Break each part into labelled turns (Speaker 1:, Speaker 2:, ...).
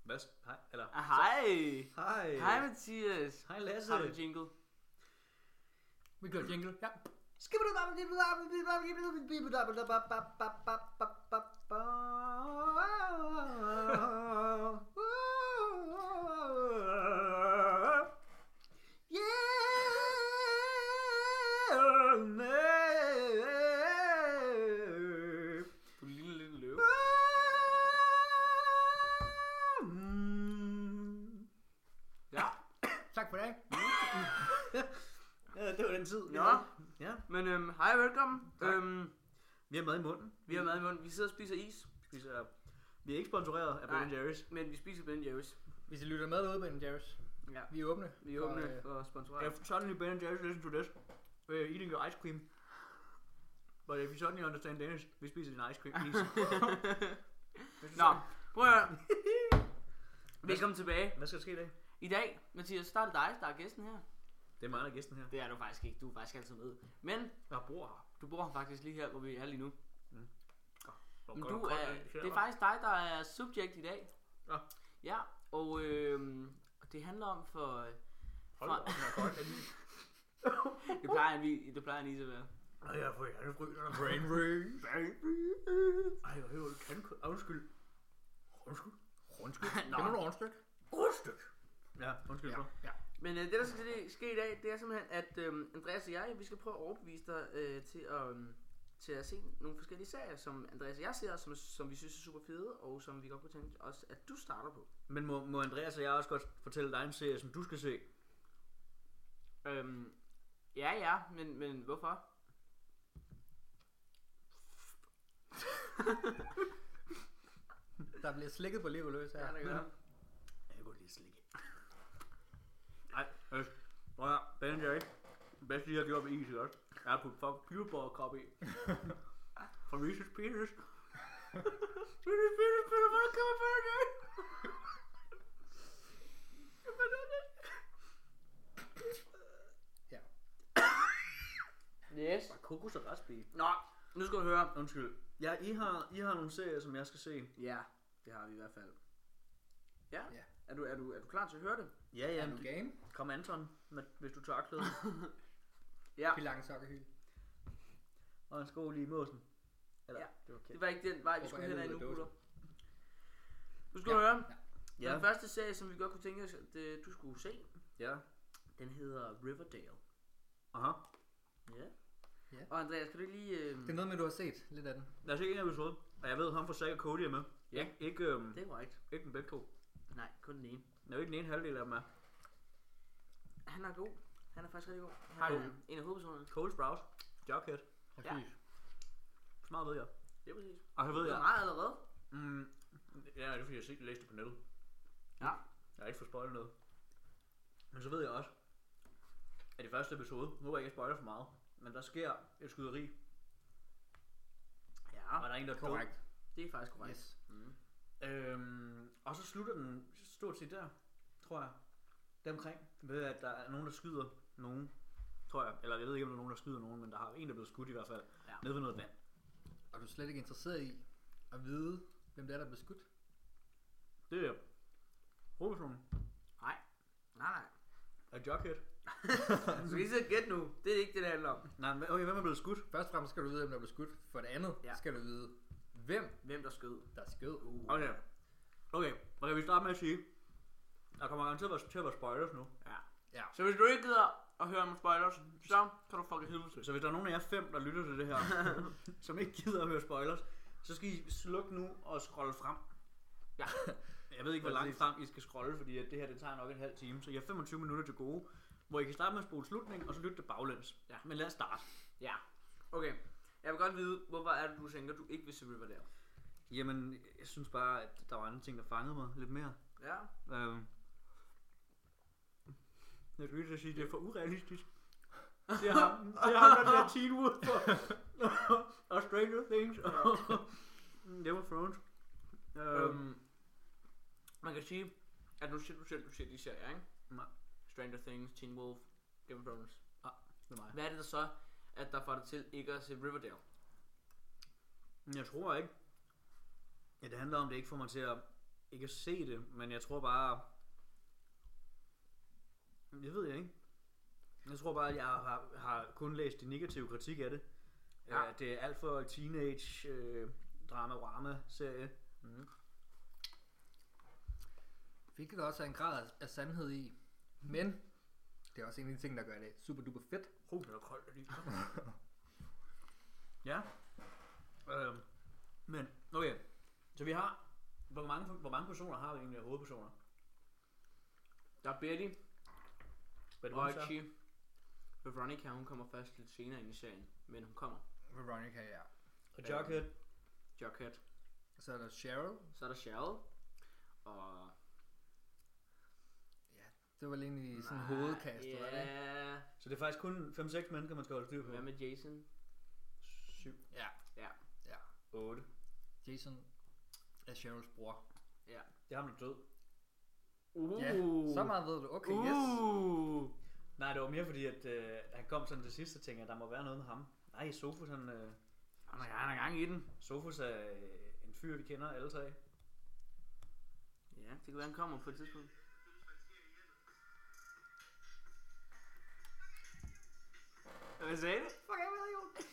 Speaker 1: Hvad? Hej, eller?
Speaker 2: Hej.
Speaker 1: Hej.
Speaker 2: Hej Mathias.
Speaker 1: Hej Lasse.
Speaker 2: Har du en jingle?
Speaker 3: Vi gør jingle, ja.
Speaker 2: Du ligner lidt en løve. Ja.
Speaker 3: Tak for det.
Speaker 1: Ja, det var den tid.
Speaker 2: Nå.
Speaker 1: Ja.
Speaker 2: Men hej, velkommen.
Speaker 1: Tak. Vi har mad i munden.
Speaker 2: Vi har mad i munden. Vi sidder og spiser is.
Speaker 1: Vi er ikke sponsoreret af Ben Jerry's.
Speaker 2: Men vi spiser Ben Jerry's.
Speaker 3: Hvis I lytter med derude, Ben Jerry's,
Speaker 2: Ja.
Speaker 3: vi er åbne.
Speaker 2: Vi er åbne for sponsoreret.
Speaker 1: If suddenly Ben Jerry's listen to this, we're eating your ice cream. But if you suddenly understand Danish, vi spiser din ice cream.
Speaker 2: Nå, prøv at høre. Velkommen tilbage.
Speaker 1: Hvad skal der ske i dag?
Speaker 2: I dag, Mathias, der er det dig, der er gæsten her.
Speaker 1: Det er mig, der er gæsten her.
Speaker 2: Det er du faktisk ikke. Du er faktisk altid med. Men
Speaker 1: Jeg bor her.
Speaker 2: du bor faktisk lige her, hvor vi er lige nu. Men
Speaker 1: Godt,
Speaker 2: du
Speaker 1: godt,
Speaker 2: er, det er faktisk dig, der er subject i dag.
Speaker 1: Ja.
Speaker 2: Ja, og det handler om for...
Speaker 1: Hold da op, den er godt.
Speaker 2: Det plejer en is at være.
Speaker 1: Ej, jeg får hjertefryd. Brain rage. Ej, jeg hører, kan undskyld. Undskyld.
Speaker 2: Nå.
Speaker 3: Kender du rundstyk?
Speaker 1: Rundstyk. Ja, undskyld.
Speaker 3: Ja.
Speaker 1: Så.
Speaker 3: Ja.
Speaker 2: Men det der skal ske i dag, det er simpelthen, at Andreas og jeg, vi skal prøve at overbevise dig til at se nogle forskellige serier, som Andreas og jeg ser, som vi synes er super fede, og som vi godt kunne tænke os, at du starter på.
Speaker 1: Men må Andreas og jeg også godt fortælle dig en serie, som du skal se?
Speaker 2: Ja, men hvorfor?
Speaker 3: Der bliver slikket på liv løs her.
Speaker 2: Ja, det gør.
Speaker 1: Jeg kan godt lide slikke. Nej, prøv at Ben Jerry. Det bedste, de har gjort med is, ikke også? Jeg har puttet fucking Cuba kop i. Fra Reese's Pieces. Reese's Pieces, hvordan kan man få det?
Speaker 3: Ja.
Speaker 2: Yes.
Speaker 1: Bare kokos og raspberry.
Speaker 2: Nå, nu skal du høre.
Speaker 1: Undskyld. Ja, I har nogle serier, som jeg skal se.
Speaker 2: Ja, det har vi i hvert fald. Ja.
Speaker 3: Ja.
Speaker 2: Er du klar til at høre det?
Speaker 1: Ja,
Speaker 3: Er du game?
Speaker 1: Kom Anton, hvis du tager klæde.
Speaker 2: Ja.
Speaker 3: Pilang sokkerhyld.
Speaker 1: Og en sko lige i måsen. Eller,
Speaker 2: Ja.
Speaker 1: det var
Speaker 2: Det var ikke den vej, vi
Speaker 3: Hvorfor
Speaker 2: skulle hen ad
Speaker 3: helvede
Speaker 2: nu,
Speaker 3: dåse?
Speaker 2: gutter. Nu skal du høre.
Speaker 1: Ja.
Speaker 2: Den første serie, som vi godt kunne tænke os, at du skulle se,
Speaker 1: Ja.
Speaker 2: den hedder Riverdale.
Speaker 1: Aha.
Speaker 2: Ja.
Speaker 3: Ja.
Speaker 2: Og Andreas, kan du ikke lige...
Speaker 3: Det er noget med, du har set lidt af den.
Speaker 1: Lad os se en episode. Og jeg ved, ham fra Zack og Cody er med.
Speaker 2: Ja.
Speaker 1: Ikke
Speaker 2: Det er korrekt.
Speaker 1: ikke den begge to.
Speaker 2: Nej, kun den ene.
Speaker 1: Det er jo ikke den ene halvdel af dem er.
Speaker 2: Han er god. Han er faktisk rigtig god.
Speaker 1: Har
Speaker 2: Han
Speaker 1: du-
Speaker 2: er en af hovedpersonerne.
Speaker 1: Cole Sprouse. Jughead.
Speaker 3: Præcis.
Speaker 1: Så meget ved jeg.
Speaker 2: Det er præcis.
Speaker 1: Og så ved
Speaker 2: Det er
Speaker 1: jeg.
Speaker 2: meget allerede.
Speaker 1: Ja, det er fordi, jeg læste det på nettet.
Speaker 2: Ja.
Speaker 1: Jeg har ikke fået spoilet noget. Men så ved jeg også, at i første episode, nu er jeg ikke spoiler for meget, men der sker et skyderi,
Speaker 2: Ja,
Speaker 1: og der er en, der er død.
Speaker 3: Korrekt.
Speaker 2: det er faktisk korrekt.
Speaker 3: Yes.
Speaker 1: Og så slutter den stort set der, tror jeg. Deromkring, ved at der er nogen, der skyder nogen, tror jeg. Eller jeg ved ikke, om der er nogen, der skyder nogen, men der har en, der er blevet skudt i hvert fald.
Speaker 2: Ja.
Speaker 1: Nede ved noget vand.
Speaker 3: Og du er slet ikke interesseret i at vide, hvem det er, der bliver skudt?
Speaker 1: Det er hovedpersonen
Speaker 2: Nej.
Speaker 1: af Jughead.
Speaker 2: Du skal lige så gætte nu. Det er ikke det, det handler om.
Speaker 1: Nej, men okay, hvem er blevet skudt?
Speaker 3: Først og fremmest skal du vide, hvem der bliver skudt. For det andet
Speaker 2: Ja.
Speaker 3: skal du vide, hvem
Speaker 2: Hvem der skød.
Speaker 3: der skød.
Speaker 1: Okay, vi starter med at sige, der kommer garanteret til at være spoilers nu.
Speaker 2: Ja. Så hvis du ikke gider at høre om spoilers, så kan du fucking helvede til.
Speaker 1: Så hvis der er nogen af jer 5, der lytter til det her, som ikke gider at høre spoilers, så skal I slukke nu og scrolle frem.
Speaker 2: Ja.
Speaker 1: Jeg ved ikke, hvor langt frem I skal scrolle, fordi at det her det tager nok en halv time, så I har 25 minutter til gode, hvor I kan starte med at spole slutningen, og så lytte det baglæns.
Speaker 2: Ja.
Speaker 1: Men lad os starte.
Speaker 2: Ja. Okay. Jeg vil godt vide, hvorfor er det, du tænker, du ikke vil se Riverdale?
Speaker 1: Jamen, jeg synes bare, at der var andre ting, der fangede mig lidt mere.
Speaker 2: Ja.
Speaker 1: Jeg skulle lige sige, at det er for urealistisk. Det er ham, der bliver Teen Wolf og Stranger Things og Game of Thrones.
Speaker 2: Man kan sige, at nu siger du selv, du ser de serier, ikke?
Speaker 1: Nej.
Speaker 2: Stranger Things, Teen Wolf, Game of Thrones.
Speaker 1: Det er mig.
Speaker 2: Hvad er det der så, at der får dig til ikke at se Riverdale?
Speaker 1: Jeg tror ikke. Ja, det handler om, det ikke får mig til at ikke se det, men jeg tror bare... Jeg ved jeg ikke. Jeg tror bare, at jeg har kun læst de negative kritik af det.
Speaker 2: Ja.
Speaker 1: Det er alt for teenage drama-serie.
Speaker 3: Hvilket også er en grad af sandhed i. Men det er også en af de ting, der gør det super duper fedt.
Speaker 1: Det er koldt lige. Ja. Men, okay. Så vi har... Hvor mange personer har vi egentlig af hovedpersoner?
Speaker 2: Der er Betty,
Speaker 1: Betty
Speaker 2: Archie, Veronica, hun kommer først lidt senere ind i serien, men hun kommer.
Speaker 3: Veronica, ja.
Speaker 1: Og Jughead.
Speaker 2: Jughead.
Speaker 3: Så er der Cheryl.
Speaker 2: Så er der Cheryl, og...
Speaker 3: Ja, det var egentlig sådan hovedkast, var det?
Speaker 2: Ja.
Speaker 1: Så det er faktisk kun 5-6 mennesker, man skal holde styr på.
Speaker 2: Hvad med Jason?
Speaker 1: 7.
Speaker 3: Ja.
Speaker 2: Ja.
Speaker 1: 8.
Speaker 3: Jason er Cheryls bror.
Speaker 2: Ja.
Speaker 1: Det er ham, der er død.
Speaker 3: Ja, så meget ved du. Okay, yes.
Speaker 1: Nej, det var mere fordi, at han kom sådan til sidst, så tænkte jeg, at der må være noget med ham. Nej, Sofus, han
Speaker 2: er gang i den.
Speaker 1: Sofus er en fyr, vi kender alle tre.
Speaker 2: Ja, det kan være, han kommer på et tidspunkt. Hvad sagde det? Fuck, jeg ved ikke.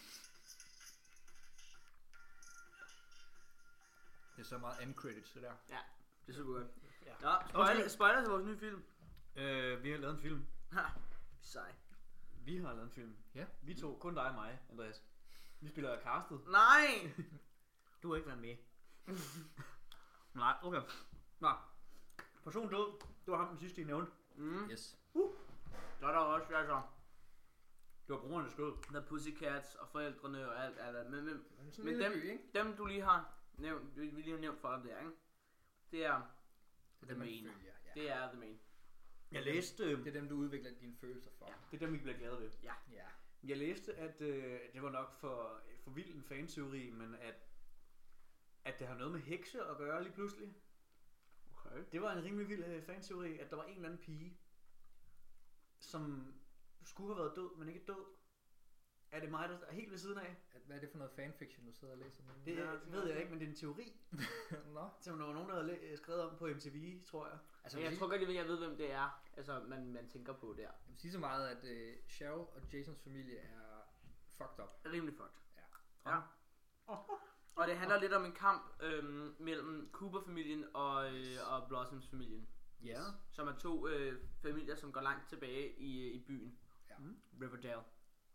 Speaker 3: Det er så meget end credits, det der.
Speaker 2: Ja, det er super godt.
Speaker 1: Ja.
Speaker 2: Nå, spoiler til vores nye film.
Speaker 1: Vi har lavet en film.
Speaker 2: Ha, sej.
Speaker 1: Vi har lavet en film.
Speaker 3: Ja.
Speaker 1: Vi to, kun dig og mig, Andreas. Vi spiller castet.
Speaker 2: Nej!
Speaker 1: Du har ikke været med. Nej, okay. Nå. Person død. Det var ham den sidste, I nævnte.
Speaker 3: Yes.
Speaker 2: Så er der også, altså,
Speaker 1: Det var brorernes død.
Speaker 2: The Pussycats og forældrene og alt. Men
Speaker 3: Sådan
Speaker 2: men
Speaker 3: en lille by, ikke?
Speaker 2: dem du lige har nævnt, vi lige har nævnt for dig der, ikke? Det er
Speaker 3: Det er
Speaker 2: The
Speaker 3: dem, man
Speaker 2: Main.
Speaker 3: følger, ja.
Speaker 2: Det er The Main.
Speaker 1: Jeg læste...
Speaker 3: Det er dem, du udvikler dine følelser for.
Speaker 2: Ja.
Speaker 1: Det er dem, vi bliver glade ved.
Speaker 3: Ja.
Speaker 1: Jeg læste, at det var nok for vild en fanteori, men at det har noget med hekse at gøre lige pludselig.
Speaker 2: Okay.
Speaker 1: Det var en rimelig vild fanteori, at der var en eller anden pige, som skulle have været død, men ikke død. Er det mig, der er helt ved siden af?
Speaker 3: Hvad er det for noget fanfiction, du sidder og læser nu?
Speaker 1: Det
Speaker 2: Ja,
Speaker 1: ved jeg ikke, men det er en teori,
Speaker 3: Nå.
Speaker 1: som der var nogen, der havde skrevet om på MTV, tror jeg.
Speaker 3: Altså,
Speaker 2: Jeg tror godt, jeg ved, hvem det er. Altså, man tænker på der.
Speaker 3: jeg vil sige så meget, at Cheryl og Jasons familie er fucked up.
Speaker 2: Rimelig fucked.
Speaker 3: Ja.
Speaker 2: Ja. Og det handler lidt om en kamp mellem Cooper-familien og Blossoms-familien.
Speaker 1: Ja.
Speaker 2: Som er to familier, som går langt tilbage i byen.
Speaker 3: Ja.
Speaker 2: Riverdale.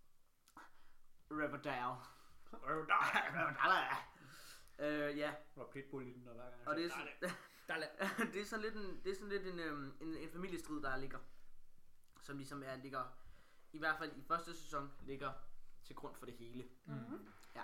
Speaker 2: Ja.
Speaker 1: Der var pitbull i den, og hver gang.
Speaker 2: Og det er
Speaker 3: Der
Speaker 2: det er sådan lidt en familiestrid, der ligger. Som ligesom ligger, i hvert fald i første sæson, ligger til grund for det hele.
Speaker 3: Mm-hmm.
Speaker 2: Ja.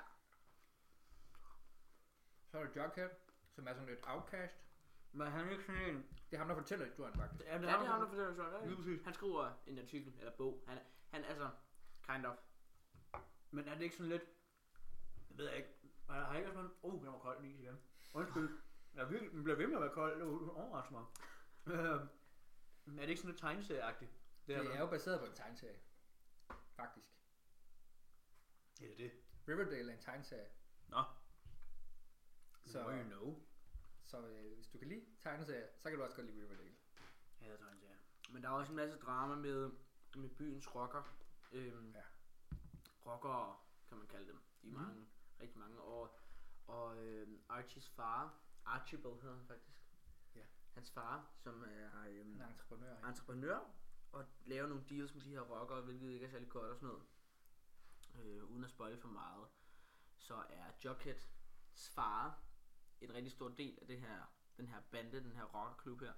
Speaker 3: Så er der Jughead, som er sådan lidt outcast.
Speaker 1: Men han er ikke sådan en...
Speaker 3: Det er ham, der fortæller historien faktisk.
Speaker 2: Ja, det er ham, der fortæller sådan.
Speaker 1: Lige præcis.
Speaker 2: Han skriver en artikel, eller bog. Han altså, kind of.
Speaker 1: Men er det ikke sådan lidt... Jeg ved ikke. Har jeg ikke sådan... den var kold lige igen. Undskyld. Den bliver ved med at være kold. Det overrasker mig. Er det ikke sådan lidt tegneserieagtigt?
Speaker 3: Det er jo baseret på en tegneserie. Faktisk.
Speaker 1: Ja, det er det.
Speaker 3: Riverdale er en tegneserie.
Speaker 1: Nå.
Speaker 3: Så,
Speaker 1: you know.
Speaker 3: så hvis du kan lide tegneserier, så kan du også godt lide Riverdale.
Speaker 1: Ja, det er tegneserie.
Speaker 2: Men der er også en masse drama med byens rocker.
Speaker 3: Ja.
Speaker 2: Rockere, kan man kalde dem. De er mange, rigtig mange. Og Archies far, Archibald hedder han faktisk.
Speaker 3: Ja.
Speaker 2: Hans far, som er
Speaker 3: En entreprenør. Ja.
Speaker 2: entreprenør, og laver nogle deals med de her rockere, hvilket ikke er særlig godt og sådan noget. Uden at spoile for meget, så er Jugheads far en rigtig stor del af den her bande, den her rockerklub her.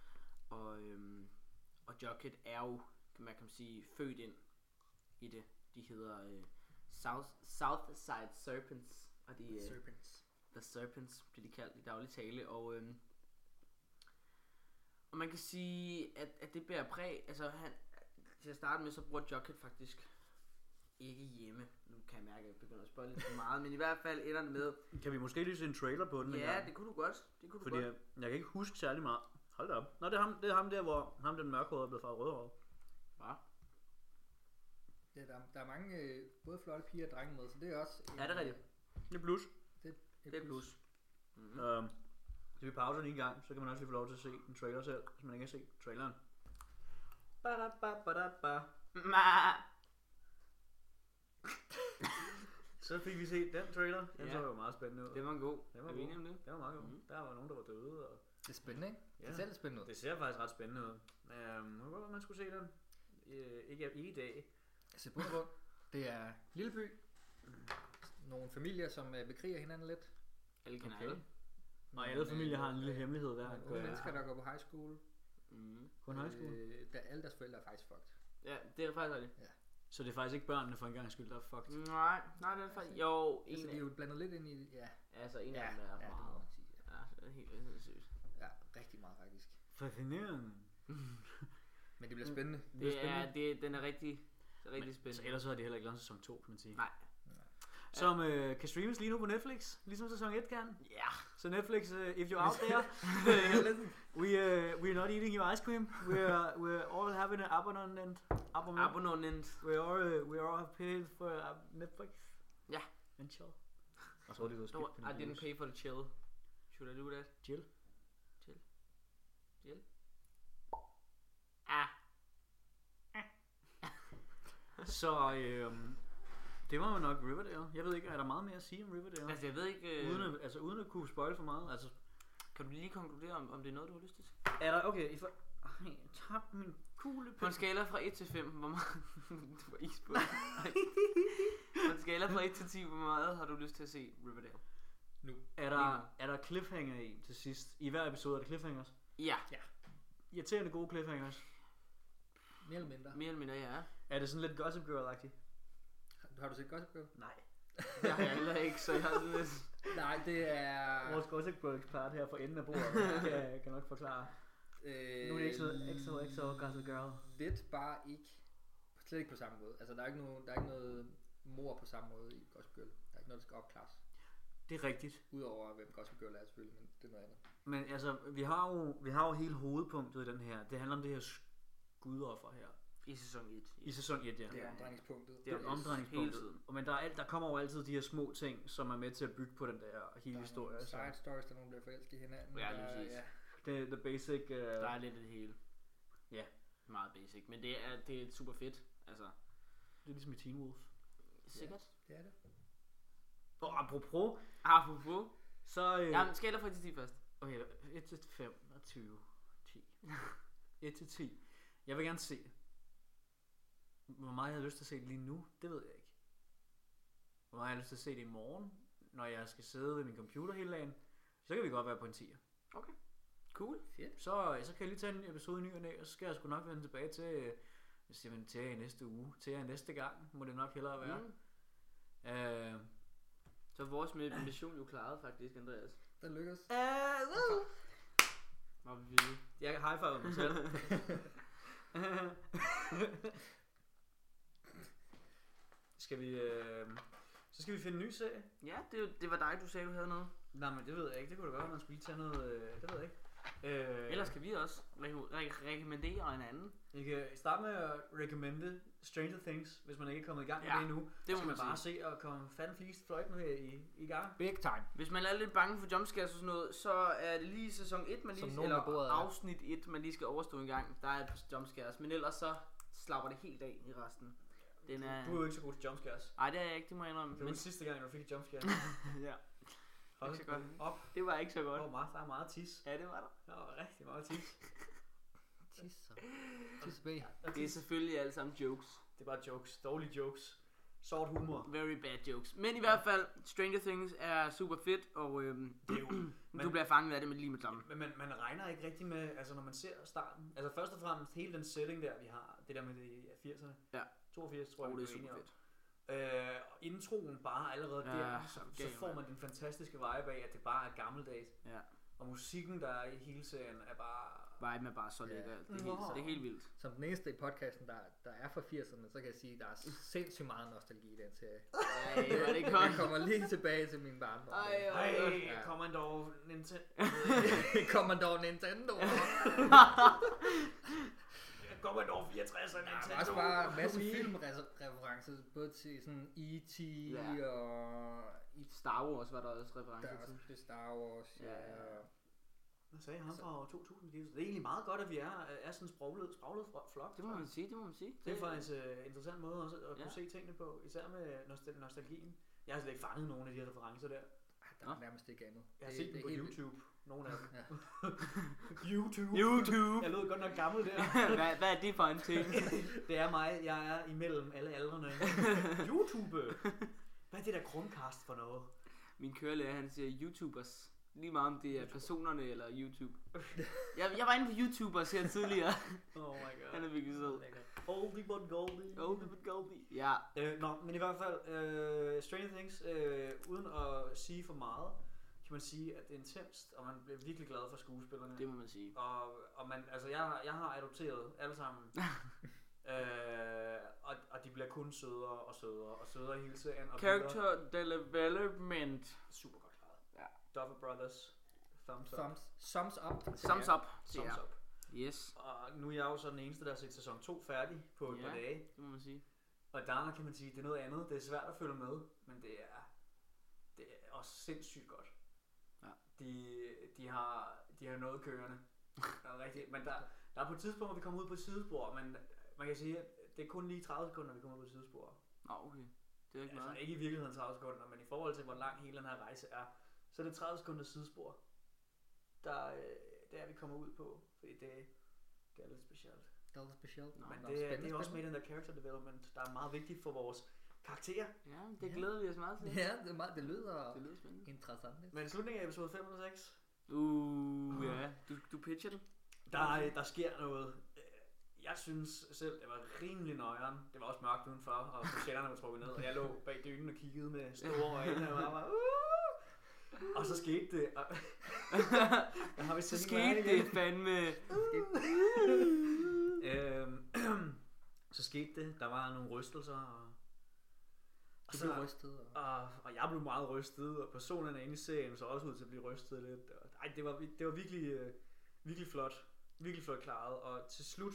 Speaker 2: Og Jughead er jo, man kan sige, født ind i det. De hedder Southside Serpents, og de
Speaker 3: Serpents.
Speaker 2: The Serpents bliver de kaldt i daglig tale, og man kan sige, at det bærer præg, altså til at starte med, så bruger Jughead faktisk ikke hjemme. Nu kan jeg mærke, at jeg begynder at spørge lidt for meget, men i hvert fald ender det med.
Speaker 1: Kan vi måske lige se en trailer på den?
Speaker 2: Ja, det kunne du godt.
Speaker 1: Fordi jeg kan ikke huske særlig meget. Hold da op. Nå, det er ham der, hvor ham den mørkhårede er blevet farvet rødhåret.
Speaker 2: Ja.
Speaker 3: Ja, der er mange både flotte piger og drenge med, så det er også...
Speaker 2: Ja, det er rigtigt.
Speaker 1: Det er plus.
Speaker 2: Det er plus.
Speaker 1: Mm-hmm. Så vi pauser lige en gang, så kan man også lige få lov til at se en trailer selv, hvis man ikke har set traileren. Ba-da-ba-ba-da-ba. Så fik vi set den trailer. Den så jo meget spændende ud.
Speaker 2: Det var en god.
Speaker 1: Den var
Speaker 2: Er vi
Speaker 1: god.
Speaker 2: enige om det?
Speaker 1: Det var meget god. Der var nogen, der var døde. Og...
Speaker 3: Det er spændende, ikke?
Speaker 1: Ja.
Speaker 3: Det ser lidt spændende ud.
Speaker 1: Det ser faktisk ret spændende ud. Jeg håber, at man skulle se den. Ikke i dag.
Speaker 3: Altså, på grund. Det er lille by. Nogle familier, som bekriger hinanden lidt.
Speaker 2: Alle kender
Speaker 1: Okay.
Speaker 2: alle.
Speaker 1: Og alle familier har en lille hemmelighed hver.
Speaker 3: Nogle unge mennesker, der går på high school.
Speaker 1: Kun high school.
Speaker 3: Alle deres forældre er faktisk fucked.
Speaker 2: Ja, det er faktisk rigtigt.
Speaker 1: Så det er faktisk ikke børnene for en gang skyld, der er fucked.
Speaker 2: Nej, det er faktisk... Jo,
Speaker 3: Altså, de er jo blandet lidt ind i... Ja,
Speaker 2: Altså, en af
Speaker 3: ja,
Speaker 2: dem er
Speaker 3: ja, det må
Speaker 2: meget.
Speaker 3: man sige.
Speaker 2: Ja, det er helt sindssygt.
Speaker 3: Ja, rigtig meget faktisk.
Speaker 1: Fascinerende.
Speaker 3: Men det bliver spændende.
Speaker 2: Den er rigtig spændende.
Speaker 1: Så ellers så har de heller ikke lavet sæson 2, kan man sige.
Speaker 2: Nej.
Speaker 1: Som kan streames lige nu på Netflix, ligesom sæson 1 kan.
Speaker 2: Ja.
Speaker 1: Så Netflix, if you're out there, we're not eating your ice cream. We're all having an abonnement. We all have paid for Netflix.
Speaker 2: Ja.
Speaker 1: And chill. Og så var det jo
Speaker 2: No, I didn't pay for the chill. Should I do that?
Speaker 1: Chill.
Speaker 2: Ah.
Speaker 1: Så det var jo nok Riverdale. Jeg ved ikke, er der meget mere at sige om Riverdale?
Speaker 2: Altså, jeg ved ikke...
Speaker 1: Uden at kunne spoil for meget. Altså,
Speaker 2: Kan du lige konkludere, om det er noget, du har lyst til?
Speaker 1: er der... Okay, jeg tabte min kugle.
Speaker 2: På en skala fra 1 til 5, hvor meget... Du var is på. På en skala fra 1 til 10, hvor meget har du lyst til at se Riverdale?
Speaker 3: Nu.
Speaker 1: Er der cliffhanger i til sidst? I hver episode er der cliffhangers?
Speaker 2: Ja.
Speaker 1: Irriterende gode cliffhangers.
Speaker 3: Mere eller mindre.
Speaker 2: Mere eller mindre, ja.
Speaker 1: Er det sådan lidt Gossip Girl-agtigt?
Speaker 3: Har du set Gossip Girl?
Speaker 1: Nej.
Speaker 2: Det har jeg heller ikke, så jeg har sådan lidt...
Speaker 3: Nej, det er...
Speaker 1: Vores Gossip Girl-ekspert her for enden af bordet kan nok forklare. Nu er det ikke sådan XO Gossip Girl.
Speaker 3: Lidt bare ikke... Slet ikke på samme måde. Altså, der er ikke noget mor på samme måde i Gossip Girl. Der er ikke noget, der skal opklares.
Speaker 1: Det er rigtigt.
Speaker 3: Udover hvem Gossip Girl er selvfølgelig, men det er noget andet.
Speaker 1: Men altså, vi har jo hele hovedpunktet i den her. Det handler om det her skudoffer her.
Speaker 2: I sæson 1.
Speaker 1: I sæson 1, ja.
Speaker 3: Det er omdrejningspunktet.
Speaker 2: Det er
Speaker 1: Det er omdrejningspunktet.
Speaker 2: hele tiden.
Speaker 1: Men der kommer jo altid de her små ting, som er med til at bygge på den der hele historie.
Speaker 3: Der er side stories, der nogen bliver forelsket i hinanden.
Speaker 2: Ja, lige
Speaker 3: der,
Speaker 2: præcis.
Speaker 3: ja.
Speaker 1: Det er the basic...
Speaker 2: Der er lidt af det hele.
Speaker 1: Ja.
Speaker 2: Meget basic. Men det er super fedt. Altså,
Speaker 1: Det er ligesom i Teen Wolf.
Speaker 2: sikkert.
Speaker 3: Det er det.
Speaker 1: Og apropos,
Speaker 2: Apropos.
Speaker 1: så...
Speaker 2: Jamen, skala fra 1 til 10 først.
Speaker 1: Okay, 1 til 5 og 20. 10. 1 til 10. Jeg vil gerne se det. Hvor meget jeg har lyst til at se det lige nu, det ved jeg ikke. Hvor meget jeg har lyst til at se det i morgen, når jeg skal sidde ved min computer hele dagen. Så kan vi godt være på en 10'er.
Speaker 2: Okay. Cool.
Speaker 3: Fedt.
Speaker 1: Så kan jeg lige tage en episode i ny og næ, og så skal jeg sgu nok vende tilbage til, til jer i næste uge. Til jer næste gang, må det nok hellere være.
Speaker 2: Så er vores mission jo klaret faktisk, Andreas.
Speaker 3: Den lykkes.
Speaker 2: Hvor vi vilde.
Speaker 1: Jeg kan high-five mig selv. Skal vi... Så skal vi finde en ny serie.
Speaker 2: Ja, det var dig, du sagde, du havde noget.
Speaker 1: Nej, men det ved jeg ikke. Det kunne da godt, man skulle lige tage noget... det ved jeg ikke.
Speaker 2: Ellers kan vi også rekommendere en anden.
Speaker 1: I kan starte med at recommende Stranger Things, hvis man ikke er kommet i gang med det endnu.
Speaker 2: Det
Speaker 1: Så
Speaker 2: må
Speaker 1: skal
Speaker 2: man
Speaker 1: man bare
Speaker 2: sige.
Speaker 1: se og komme fanden flest fløjten her i gang.
Speaker 3: Big time.
Speaker 2: Hvis man er lidt bange for jumpscares og sådan noget, så er det lige sæson 1, man
Speaker 3: Som
Speaker 2: lige,
Speaker 3: nogen
Speaker 2: eller
Speaker 3: ved bordet er.
Speaker 2: afsnit 1, man lige skal overstå en gang. Der er et par jumpscares, men ellers så slapper det helt af i resten. Den er...
Speaker 1: Du er jo ikke så god til jumpscares.
Speaker 2: Ej, det er jeg ikke, det må jeg indrømme.
Speaker 1: Det var sidste gang, du fik et jumpscare.
Speaker 2: ja,
Speaker 1: Hold
Speaker 2: ikke så godt.
Speaker 1: op.
Speaker 2: det var ikke så godt.
Speaker 1: Der er meget tis.
Speaker 2: Ja, det var der.
Speaker 1: Der var rigtig meget tis.
Speaker 3: Tisser.
Speaker 2: Det er selvfølgelig alle sammen jokes.
Speaker 1: Det er bare jokes. Dårlige jokes. Sort humor.
Speaker 2: Very bad jokes. Men i hvert fald, Stranger Things er super fedt, og
Speaker 1: Det er jo,
Speaker 2: du bliver fanget af det med lige med tomme.
Speaker 1: men man regner ikke rigtig med, altså når man ser starten. Altså først og fremmest hele den setting der, vi har. Det der med det 80'erne.
Speaker 2: Ja.
Speaker 1: 82, tror jeg,
Speaker 2: Det er
Speaker 1: vi
Speaker 2: super
Speaker 1: enige om.
Speaker 2: fedt.
Speaker 1: Introen bare allerede
Speaker 2: Ja,
Speaker 1: der,
Speaker 2: så
Speaker 1: så får man den fantastiske vibe af, at det bare er gammeldags.
Speaker 2: Ja.
Speaker 1: Og musikken, der er i hele serien, er bare...
Speaker 2: Viben er bare så lækker.
Speaker 3: Ja.
Speaker 2: Det er helt vildt.
Speaker 3: Som den eneste i podcasten, der er fra 80'erne, så kan jeg sige, at der er sindssygt meget nostalgi i den serie.
Speaker 2: Ej, var det
Speaker 3: Jeg
Speaker 2: godt.
Speaker 3: kommer lige tilbage til min barndom.
Speaker 1: Ej, Commodore Nintendo.
Speaker 3: Commodore Nintendo.
Speaker 1: Commodore 64 og
Speaker 3: Der
Speaker 1: Nintendo.
Speaker 3: er også bare en masse
Speaker 1: Wii.
Speaker 3: filmreferencer, både til sådan E.T.
Speaker 2: Ja.
Speaker 3: og
Speaker 2: Star Wars var der også
Speaker 3: der
Speaker 2: referencer
Speaker 3: er også
Speaker 2: til.
Speaker 3: til Star Wars.
Speaker 2: Ja.
Speaker 4: Hvad sagde han fra år 2000? Det er egentlig meget godt, at vi er sådan spraglet flok.
Speaker 2: Det må man sige.
Speaker 4: Det er faktisk en interessant måde også at kunne se tingene på, især med nostalgien. Jeg har slet ikke fanget nogen af de her referencer der.
Speaker 3: Der er nærmest ikke andet.
Speaker 4: Jeg har set dem på YouTube. Nogle af dem.
Speaker 3: Ja.
Speaker 4: YouTube. Jeg lød godt nok gammel der.
Speaker 2: Hvad er det for en ting?
Speaker 4: Det er mig. Jeg er imellem alle aldrene. YouTube. Hvad er det der Chromecast for noget?
Speaker 2: Min kørelærer, han siger YouTubers. Lige meget om det er personerne eller YouTube. Jeg var inde på YouTubers her tidligere.
Speaker 4: Oh my god.
Speaker 2: Han er virkelig sød.
Speaker 4: Oldie but goldie.
Speaker 2: Ja.
Speaker 4: Men i hvert fald, Stranger Things, uden at sige for meget, kan man sige, at det er intenst, og man bliver virkelig glad for skuespillerne.
Speaker 2: Det må man sige.
Speaker 4: Og man, altså jeg har adopteret alle sammen. Og de bliver kun sødere og sødere hele serien. Og
Speaker 2: Character development.
Speaker 4: Super godt klaret.
Speaker 2: Ja.
Speaker 4: Duffer Brothers. Thumbs up.
Speaker 2: Thumbs up. Yes.
Speaker 4: Og nu er jeg jo så den eneste, der har set sæson 2 færdig på et par dage.
Speaker 2: Det må man sige.
Speaker 4: Og der kan man sige, det er noget andet. Det er svært at følge med, men det er også sindssygt godt.
Speaker 2: Ja.
Speaker 4: De har noget kørende. Rigtigt. Men der er på et tidspunkt, hvor vi kommer ud på et sidespor, men man kan sige, at det er kun lige 30 sekunder, vi kommer ud på et sidespor.
Speaker 2: Nå, okay. Det er ikke
Speaker 4: altså
Speaker 2: meget.
Speaker 4: ikke i virkeligheden 30 sekunder, men i forhold til, hvor lang hele den her rejse er, så er det 30 sekunder sidespor, der vi kommer ud på, fordi det er lidt specielt.
Speaker 3: Det er lidt specielt.
Speaker 4: Men det er også med i den der character development, der er meget vigtigt for vores karakterer.
Speaker 2: Ja, det glæder vi os meget til.
Speaker 3: Ja, det lyder
Speaker 2: spændende.
Speaker 3: interessant. Ikke?
Speaker 4: Men slutningen af episode 5 og 6.
Speaker 2: Ja. Du pitcher den?
Speaker 4: Der sker noget. Jeg synes selv, det var rimelig nøjeren. Det var også mørkt udenfor, og socialerne var trukket ned, og jeg lå bag dynen og kiggede med store øjne, og bare og så skete det.
Speaker 2: Så skete det fandme.
Speaker 4: Så skete det. Der var nogle rystelser, og
Speaker 3: du blev rystet.
Speaker 4: Og jeg blev meget rystet, og personerne inde i serien så også ud til at blive rystet lidt. Ej, det var virkelig, virkelig flot. Virkelig flot klaret, og til slut...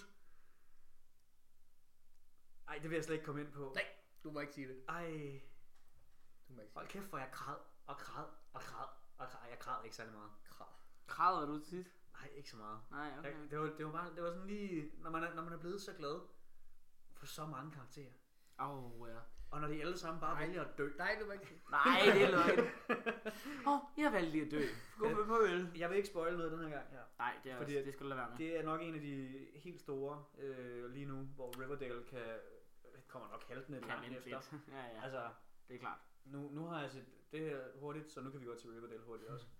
Speaker 4: Ej, det vil jeg slet ikke komme ind på.
Speaker 3: Nej, du må ikke sige det.
Speaker 4: Ej.
Speaker 3: Du må ikke sige
Speaker 4: hold kæft, hvor jeg græd. Jeg græd ikke særlig meget.
Speaker 2: Græder du tit?
Speaker 4: Nej, ikke så meget.
Speaker 2: Nej, okay.
Speaker 4: Det var sådan lige, når man er blevet så glad for så mange karakterer.
Speaker 2: Ja.
Speaker 4: Og når de alle sammen bare vælger at dø.
Speaker 3: Nej, du må ikke sige det.
Speaker 2: Nej, det er løgn. Jeg valgte lige at dø. Gå med på øl.
Speaker 4: Jeg vil ikke spoile noget den her gang her.
Speaker 2: Nej, det skal du lade være med.
Speaker 4: Det er nok en af de helt store lige nu, hvor Riverdale kommer nok haltende langt efter.
Speaker 2: Ja.
Speaker 4: Altså,
Speaker 2: det er klart.
Speaker 4: Nu har jeg set det her hurtigt, så nu kan vi gå til Riverdale hurtigt også.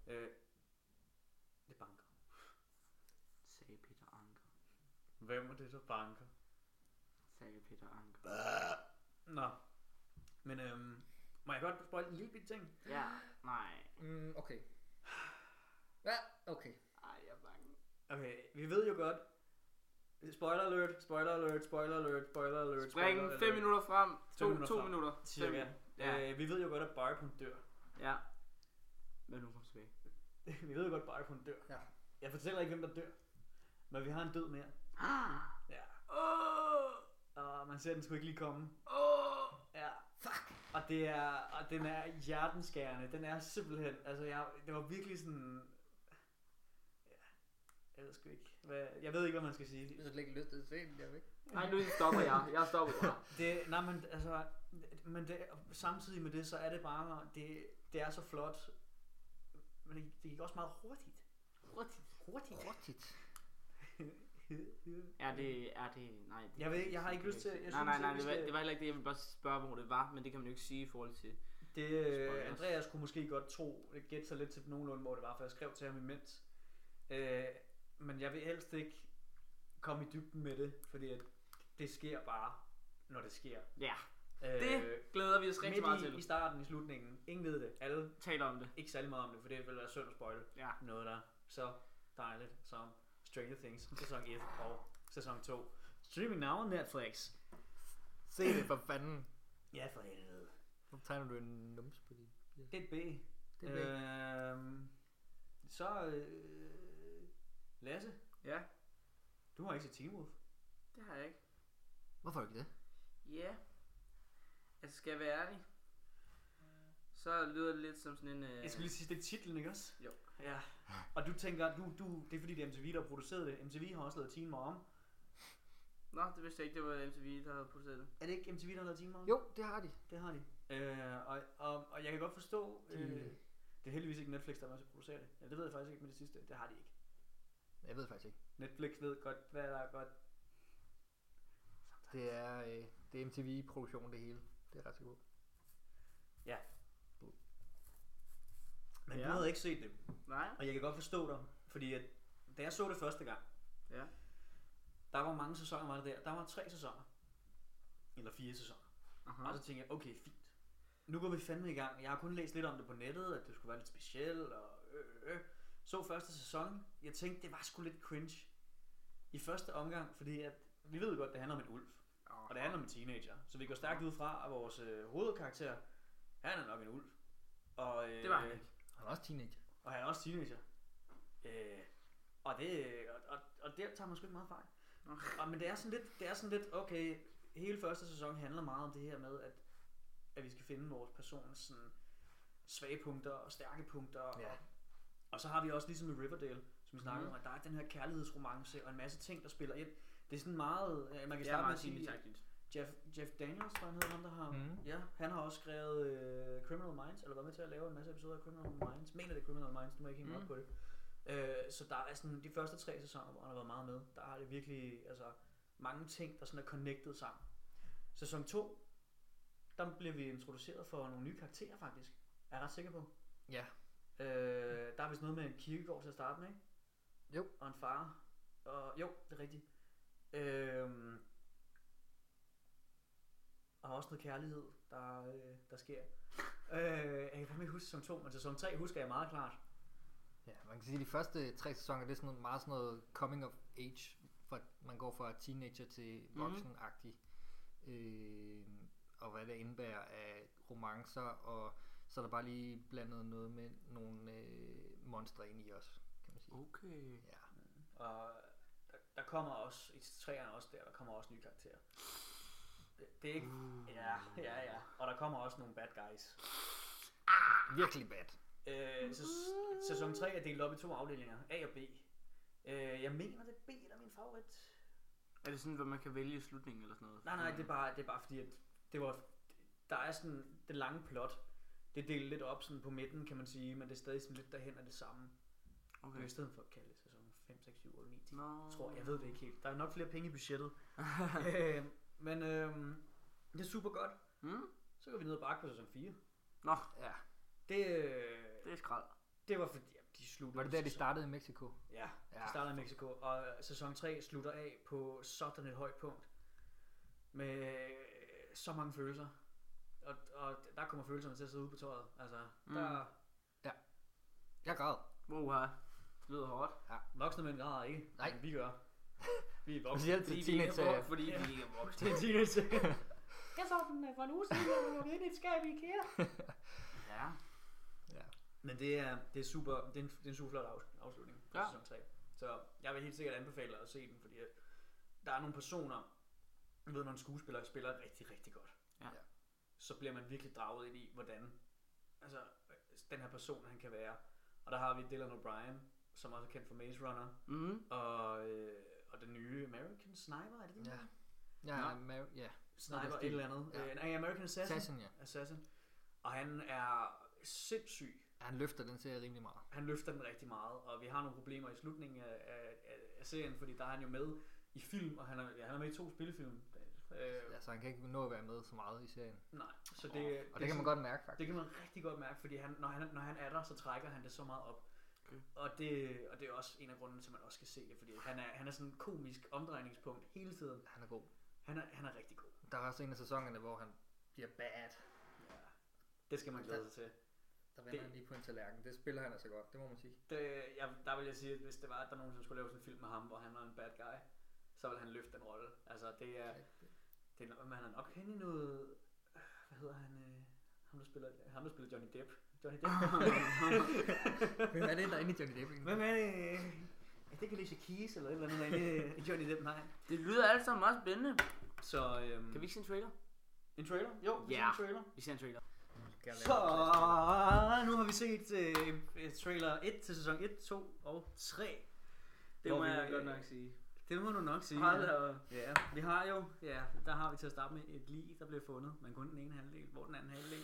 Speaker 4: Det banker.
Speaker 2: Sagde Peter Anker.
Speaker 4: Hvem er det, der banker?
Speaker 2: Sagde Peter Anker.
Speaker 4: Nå. Men må jeg godt spoil en lille bit ting?
Speaker 2: Ja. Nej.
Speaker 3: Okay. Ja, okay.
Speaker 2: Ej, jeg er bange.
Speaker 4: Okay, vi ved jo godt. Spoiler alert.
Speaker 2: Spring 5 minutter frem. 2 minutter.
Speaker 4: Cirka.
Speaker 2: Ja.
Speaker 4: Vi ved jo godt, at Barry dør.
Speaker 2: Ja. Men nu kommer tilbage.
Speaker 4: Vi ved jo godt, at Barry dør.
Speaker 3: Ja.
Speaker 4: Jeg fortæller ikke, hvem der dør. Men vi har en død mere. Ja. Og man ser den sgu ikke lige komme. Ja.
Speaker 3: Fuck.
Speaker 4: Og den er hjertenskærende. Den er simpelthen, altså det var virkelig sådan, ja, jeg ved sgu ikke. Jeg ved ikke, hvad man skal sige.
Speaker 3: Det er slet ikke lyst til at se den, jeg ved ikke.
Speaker 2: Nej, nu stopper jeg. Jeg stopper bare.
Speaker 4: Men altså, samtidig med det, så er det bare, det er så flot. Men det gik også meget hurtigt.
Speaker 3: Hurtigt.
Speaker 2: Er det, nej. Det,
Speaker 4: jeg har ikke lyst til,
Speaker 2: det var heller ikke det, jeg ville bare spørge, hvor det var, men det kan man jo ikke sige i forhold til
Speaker 4: det. Andreas kunne måske godt gætte sig lidt til nogenlunde, hvor det var, for jeg skrev til ham imens. Men jeg vil helst ikke komme i dybden med det, fordi at det sker bare, når det sker.
Speaker 2: Ja, det glæder vi os rigtig meget til.
Speaker 4: I starten, i slutningen. Ingen ved det. Alle
Speaker 2: taler om det.
Speaker 4: Ikke særlig meget om det, for det vil være synd at spoil.
Speaker 2: Ja.
Speaker 4: Noget, der så dejligt som Stranger Things, sæson 1 og sæson 2. Streaming now on Netflix.
Speaker 3: Se det for fanden.
Speaker 4: Ja, for helvede.
Speaker 3: Nu tegner du en nums på din.
Speaker 4: Det er B. Lasse.
Speaker 2: Ja.
Speaker 4: Du har ikke set Teen Wolf.
Speaker 2: Det har jeg ikke.
Speaker 3: Hvorfor ikke det?
Speaker 2: Ja. Altså skal jeg være ærlig, så lyder det lidt som sådan en...
Speaker 4: Jeg skulle lige sige, det er titlen, ikke også?
Speaker 2: Jo.
Speaker 4: Ja. Og du tænker, det er fordi det er MTV, der har produceret det. MTV har også lavet Teen Mom.
Speaker 2: Nå, det vidste jeg ikke, det var MTV, der havde produceret det.
Speaker 4: Er det ikke MTV, der har lavet Teen Mom?
Speaker 3: Jo, det har de.
Speaker 4: Det har de. Og jeg kan godt forstå, det er heldigvis ikke Netflix, der er med til at producere det. Ja, det ved jeg faktisk ikke med det sidste. Det har de ikke.
Speaker 3: Jeg ved faktisk ikke.
Speaker 4: Netflix ved godt, hvad der er godt.
Speaker 3: Det er MTV-produktion det hele. Det er ret så godt.
Speaker 4: Ja. Men
Speaker 2: Ja.
Speaker 4: du havde ikke set det.
Speaker 2: Nej.
Speaker 4: Og jeg kan godt forstå dig, fordi at, da jeg så det første gang,
Speaker 2: Ja.
Speaker 4: der var mange sæsoner, var det der. Der var 3 sæsoner. Eller 4 sæsoner.
Speaker 2: Aha.
Speaker 4: Og så tænkte jeg, okay, fint. Nu går vi fandme i gang. Jeg har kun læst lidt om det på nettet, at det skulle være lidt specielt. Og Så første sæson. Jeg tænkte, det var sgu lidt cringe. I første omgang, fordi at, vi ved godt, det handler om en ulv. Og det handler om en teenager. Så vi går stærkt ud fra, at vores hovedkarakter, han er nok en ulv. Og,
Speaker 2: Det var han ikke.
Speaker 3: Han er også teenager.
Speaker 4: Og han er også teenager. Og der tager man sgu ikke meget fejl. Men det er sådan lidt, okay, hele første sæson handler meget om det her med, at vi skal finde vores persons sådan svage punkter og stærke punkter.
Speaker 3: Ja.
Speaker 4: Og så har vi også ligesom i Riverdale, som vi snakkede om, at der er den her kærlighedsromance og en masse ting, der spiller ind. Det er sådan meget, man kan starte med at sige, Jeff Daniels, tror jeg, han hedder ham, der har, ja, han har også skrevet Criminal Minds, eller var med til at lave en masse episoder af Criminal Minds. Mener det Criminal Minds, du må ikke hænge op på det. Så der er sådan, de første 3 sæsoner, hvor han har været meget med, der er det virkelig, altså, mange ting, der sådan er connected sammen. Sæson 2, der bliver vi introduceret for nogle nye karakterer faktisk, er jeg ret sikker på.
Speaker 3: Ja.
Speaker 4: Der er vist noget med en kirkegård til at starte med, ikke?
Speaker 3: Jo.
Speaker 4: Og en far. Og jo, det er rigtigt. Og også noget kærlighed, der sker. Jeg kan fandme ikke huske sæson 2, men sæson 3 husker jeg meget klart.
Speaker 3: Ja, man kan sige, at de første 3 sæsoner, det er sådan noget, meget sådan noget coming of age, for man går fra teenager til voksen-agtig. Og hvad det indebærer af romancer, og så er der bare lige blandet noget med nogle monstre ind i os, kan man sige.
Speaker 2: Okay.
Speaker 3: Ja.
Speaker 4: Og der kommer også, i træerne også der kommer også nye karakterer. Det er ikke, ja. Og der kommer også nogle bad guys.
Speaker 3: Virkelig bad.
Speaker 4: Sæson 3 er delt op i 2 afdelinger, A og B. Jeg mener, det er B, der er min favorit.
Speaker 2: Er det sådan, hvor man kan vælge i slutningen eller sådan noget?
Speaker 4: Nej, det er bare fordi, at der er sådan det lange plot. Det er delt lidt op sådan på midten, kan man sige, men det er stadig sådan lidt derhen af det samme. Okay. I stedet for at kalde det sæson 5, 6, 7, 8, 9, 10. Tror jeg ved det ikke helt. Der er nok flere penge i budgettet. Men det er super godt. Så går vi ned og bakke på sæson 4.
Speaker 2: Nå,
Speaker 3: Ja.
Speaker 2: det er skrald.
Speaker 4: Det var fordi, de sluttede.
Speaker 3: Var det der, de startede i Mexico?
Speaker 4: Ja, de startede i Mexico. Og sæson 3 slutter af på sådan et højt punkt. Med så mange følelser. Og der kommer følelserne til at sidde ude på tøjet. Altså, der...
Speaker 3: Ja. Jeg græd.
Speaker 2: Wow, det lyder hårdt.
Speaker 3: Ja.
Speaker 4: Voksne mænd græder ikke.
Speaker 3: Nej.
Speaker 4: Men vi gør. Vi er voksne.
Speaker 3: Specielt til teenager.
Speaker 2: Fordi vi ikke er voksne.
Speaker 4: Det er teenager. Jeg så den for en uge siden, og jeg var inde i et skab i IKEA.
Speaker 2: Ja.
Speaker 4: Men det er super, det er en super flot afslutning på
Speaker 2: Ja.
Speaker 4: sæson 3. Så jeg vil helt sikkert anbefale dig at se den, fordi at der er nogle personer, jeg ved, når en skuespiller spiller rigtig, rigtig godt.
Speaker 2: Ja.
Speaker 4: Så bliver man virkelig draget ind i, hvordan altså, den her person han kan være. Og der har vi Dylan O'Brien, som også er kendt for Maze Runner, og den nye American Sniper, er det det?
Speaker 3: Ja.
Speaker 4: Sniper et eller andet. Nej, American Assassin.
Speaker 3: Assassin.
Speaker 4: Og han er sindssyg.
Speaker 3: Han løfter den serie rimelig meget.
Speaker 4: Han løfter den rigtig meget, og vi har nogle problemer i slutningen af serien, fordi der er han jo med i film, og han er med i 2 spillefilm.
Speaker 3: Så han kan ikke nå at være med så meget i serien.
Speaker 4: Nej, så det,
Speaker 3: og det kan man godt mærke faktisk.
Speaker 4: Det kan man rigtig godt mærke, fordi når han er der, så trækker han det så meget op.
Speaker 2: Okay.
Speaker 4: Og det er også en af grundene til, at man også skal se det, fordi han er sådan en komisk omdrejningspunkt hele tiden.
Speaker 3: Han er god.
Speaker 4: Han er rigtig god.
Speaker 3: Der er også en af sæsonerne, hvor han bliver bad.
Speaker 4: Ja, det skal man glæde sig til.
Speaker 3: Der vender han lige på en tallerken. Det spiller han altså godt, det må man sige.
Speaker 4: Der vil jeg sige, at hvis det var, at der nogen, som skulle lave sådan en film med ham, hvor han var en bad guy, så ville han løfte den rolle. Altså det er man er nok henne i noget, hvad hedder han, ham der spiller Johnny Depp.
Speaker 3: Hvem er det, der er inde i Johnny Depp?
Speaker 4: Hvem er det? Ja, det kan Alicia Keys eller et eller andet inde i Johnny Depp, nej.
Speaker 2: Det lyder alt sammen meget spændende.
Speaker 4: Så
Speaker 2: Kan vi ikke se en trailer?
Speaker 4: en trailer? Jo, vi ser en trailer.
Speaker 2: Vi ser en trailer.
Speaker 3: gerne
Speaker 4: Så
Speaker 3: lave
Speaker 4: nu har vi set trailer 1 til sæson 1, 2 og 3.
Speaker 2: Det må jeg godt nok sige.
Speaker 4: Det må du nok sige.
Speaker 2: Hold da op.
Speaker 4: Ja, vi har jo, der har vi til at starte med et lig, der blev fundet, men kun den ene halvdel, hvor den anden halvdel.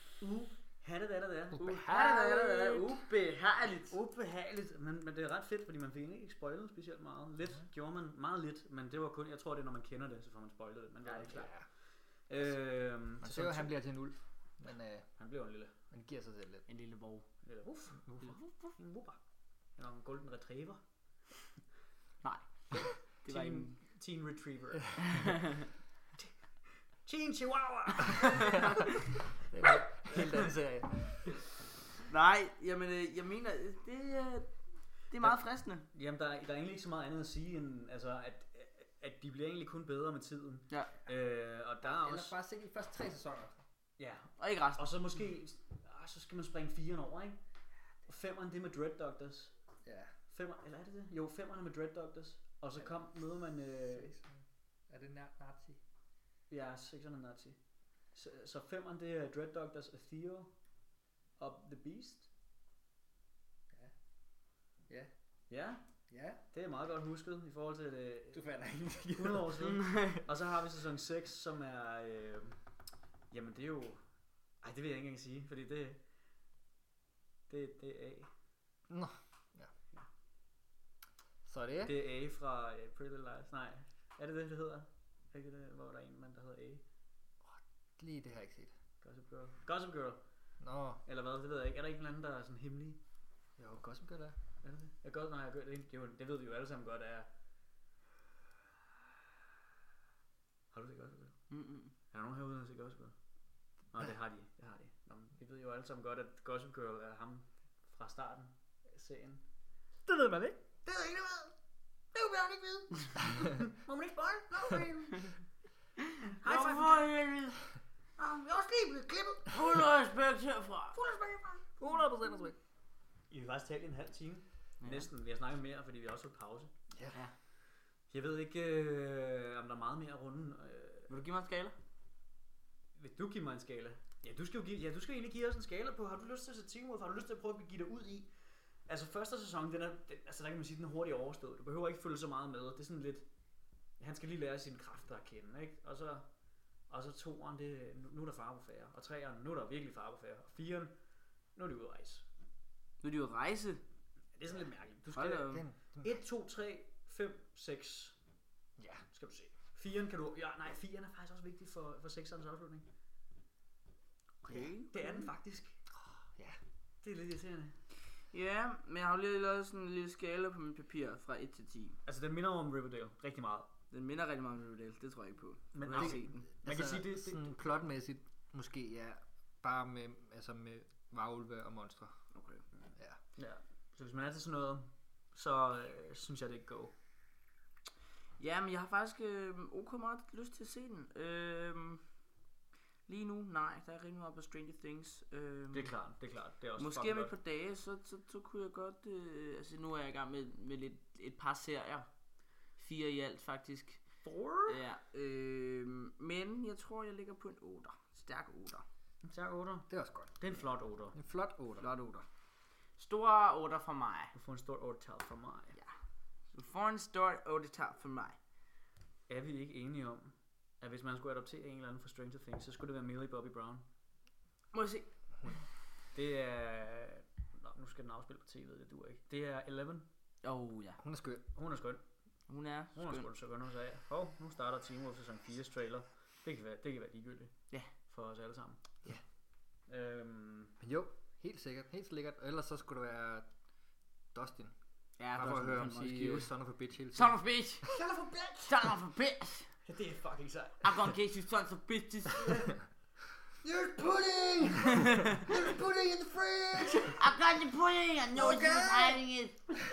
Speaker 2: Ubehageligt.
Speaker 4: Ubehageligt, men det er ret fedt, fordi man fik egentlig ikke spoilet specielt meget. Lidt gjorde man meget lidt, men det var kun, jeg tror det er, når man kender det, så får man spoilet det, men det er ikke klart.
Speaker 3: Man ser jo, at han bliver til en ulv, men
Speaker 4: Han bliver en lille.
Speaker 3: man giver sig selv lidt.
Speaker 2: En lille vov.
Speaker 4: Eller en woofer. Eller en golden retriever.
Speaker 2: Nej. Det var en...
Speaker 4: Teen retriever. Teen chihuahua.
Speaker 3: Det er en helt anden serie.
Speaker 2: Nej, jamen jeg mener, det er meget fristende.
Speaker 4: Jamen der er egentlig ikke så meget andet at sige end altså at de bliver egentlig kun bedre med tiden.
Speaker 2: Ja.
Speaker 4: Og der er
Speaker 3: Eller
Speaker 4: også
Speaker 3: bare se de første 3 sæsoner.
Speaker 4: ja.
Speaker 2: Og ikke resten.
Speaker 4: Og så måske så skal man springe 4'eren over, ikke? Og 5'eren det med Dread Doctors.
Speaker 3: Ja.
Speaker 4: 5'eren eller er det det? Jo, 5'eren med Dread Doctors. Og så møder man
Speaker 3: Er det nazi?
Speaker 4: ja, 6'eren er Nazi. Så 5'eren det er Dread Doctors, Ethereal og The Beast.
Speaker 3: Ja.
Speaker 4: Ja,
Speaker 3: Ja.
Speaker 4: det er meget godt husket i forhold til det
Speaker 3: Du fandt ikke
Speaker 4: 100 år siden. Og så har vi sæson 6, som er jamen det er jo det vil jeg ikke engang sige, fordi det er A.
Speaker 3: Nå. Ja. Så er det.
Speaker 4: Det er A fra Pretty Little Liars. Nej, er det hedder? Er ikke det, hvor der er en mand, der hedder A?
Speaker 3: Lige det har jeg ikke set.
Speaker 4: Gossip Girl. Gossip Girl.
Speaker 3: Nå.
Speaker 4: Eller hvad, det ved jeg ikke. Er der ikke en anden, der er sådan hemmelig?
Speaker 3: Jo, Gossip Girl er.
Speaker 4: Er det det? Jeg godt, nej, jeg gør det. Det ved vi jo alle sammen godt er. Har du set Gossip Girl? Er der nogen herude, der har set Gossip Girl? Nå, det har de. Nå, men vi ved jo alle sammen godt, at Gossip Girl er ham fra starten af serien.
Speaker 3: Det ved man ikke.
Speaker 4: Det ved ingen, der ved. Det vil jeg ikke vide. Må man ikke spoil? Nå, hej,
Speaker 2: helvede.
Speaker 4: jeg er også lige blevet klippet.
Speaker 2: Fuld respekt herfra.
Speaker 3: 100% respekt.
Speaker 4: I har faktisk talt i en halv time.
Speaker 2: Ja.
Speaker 4: Næsten. Vi har snakket mere, fordi vi har også holdt pause.
Speaker 3: Ja.
Speaker 4: Jeg ved ikke, om der er meget mere at runde.
Speaker 2: Vil du give mig en skala?
Speaker 4: Vil du give mig en skala? Ja, du skal egentlig give os en skala på. Har du lyst til at se Teen Wolf? Har du lyst til at prøve at give dig ud i? Altså første sæson, altså der kan man sige, den er hurtigt overstået. Du behøver ikke følge så meget med. Det er sådan lidt, han skal lige lære sine kræfter at kende, ikke? Og så toeren, nu er der fare på færre. Og treeren, nu er der virkelig fare på færre. Og fireren, nu er de ude at rejse.
Speaker 2: Nu er de jo rejse.
Speaker 4: Det er sådan lidt mærkeligt. Du
Speaker 2: Hold da
Speaker 4: skal
Speaker 2: op.
Speaker 4: 1, 2, 3, 5, 6.
Speaker 3: Ja.
Speaker 4: Skal du se. 4'eren kan du... Ja, nej, 4'eren er faktisk også vigtig for 6'erens afslutning.
Speaker 2: Okay.
Speaker 4: Det er den faktisk.
Speaker 3: Ja.
Speaker 4: Det er lidt irriterende.
Speaker 2: Ja, men jeg har jo lige lavet sådan en lille skala på mit papir fra 1 til 10.
Speaker 4: Altså, den minder om Riverdale rigtig meget.
Speaker 2: Den minder rigtig meget om Riverdale, det tror jeg ikke på.
Speaker 4: Men
Speaker 2: Jeg har
Speaker 4: okay.
Speaker 2: ikke set den.
Speaker 4: Man kan sige, det...
Speaker 3: Sådan plotmæssigt måske, ja. Bare med varulve og monstre.
Speaker 2: Okay.
Speaker 3: Ja.
Speaker 4: Ja. Så hvis man er til sådan noget, så synes jeg, det er go.
Speaker 2: Ja, men jeg har faktisk ok meget lyst til at se den. Lige nu, nej, der er rimelig meget på Stranger Things.
Speaker 4: Det er klart. Det er også
Speaker 2: Måske om et par dage, så kunne jeg godt... altså nu er jeg i gang med et par serier. 4 i alt faktisk.
Speaker 4: 4?
Speaker 2: Ja, men jeg tror jeg ligger på en 8. Stærk 8.
Speaker 4: En stærk 8.
Speaker 3: Det er også godt.
Speaker 4: Det er en flot 8.
Speaker 3: En flot 8.
Speaker 2: Flot 8. Store 8 fra mig.
Speaker 4: Du får en stor 8-tal fra mig.
Speaker 2: Ja. Du får en stor 8-tal fra mig.
Speaker 4: Er vi ikke enige om, at hvis man skulle adoptere en eller anden fra Stranger Things, så skulle det være Millie Bobby Brown?
Speaker 2: Må jeg se?
Speaker 4: Det er... Nå, nu skal den afspille på tv, det duer ikke. Det er 11.
Speaker 2: Ja.
Speaker 3: Hun er skøn.
Speaker 4: Hun er skøn.
Speaker 2: Hun er
Speaker 4: Hun er
Speaker 2: skøn.
Speaker 4: sgu så godt, hun sagde. Nu starter Teen Wolf sæson 4's trailer. Det kan være ligegyldigt.
Speaker 2: Ja.
Speaker 4: For os alle sammen.
Speaker 3: Ja.
Speaker 4: Øhm,
Speaker 3: Men jo, helt sikkert. Og ellers så skulle det være Dustin.
Speaker 2: Ja,
Speaker 3: Bare for at høre ham sige
Speaker 2: cute.
Speaker 3: son of a bitch hele tiden.
Speaker 2: Son of a bitch! Son of a bitch!
Speaker 4: det er fucking sejt.
Speaker 2: I'm gonna get you sons of bitches!
Speaker 3: There's pudding! There's pudding in the fridge!
Speaker 2: I got the pudding! I know you was hiding it!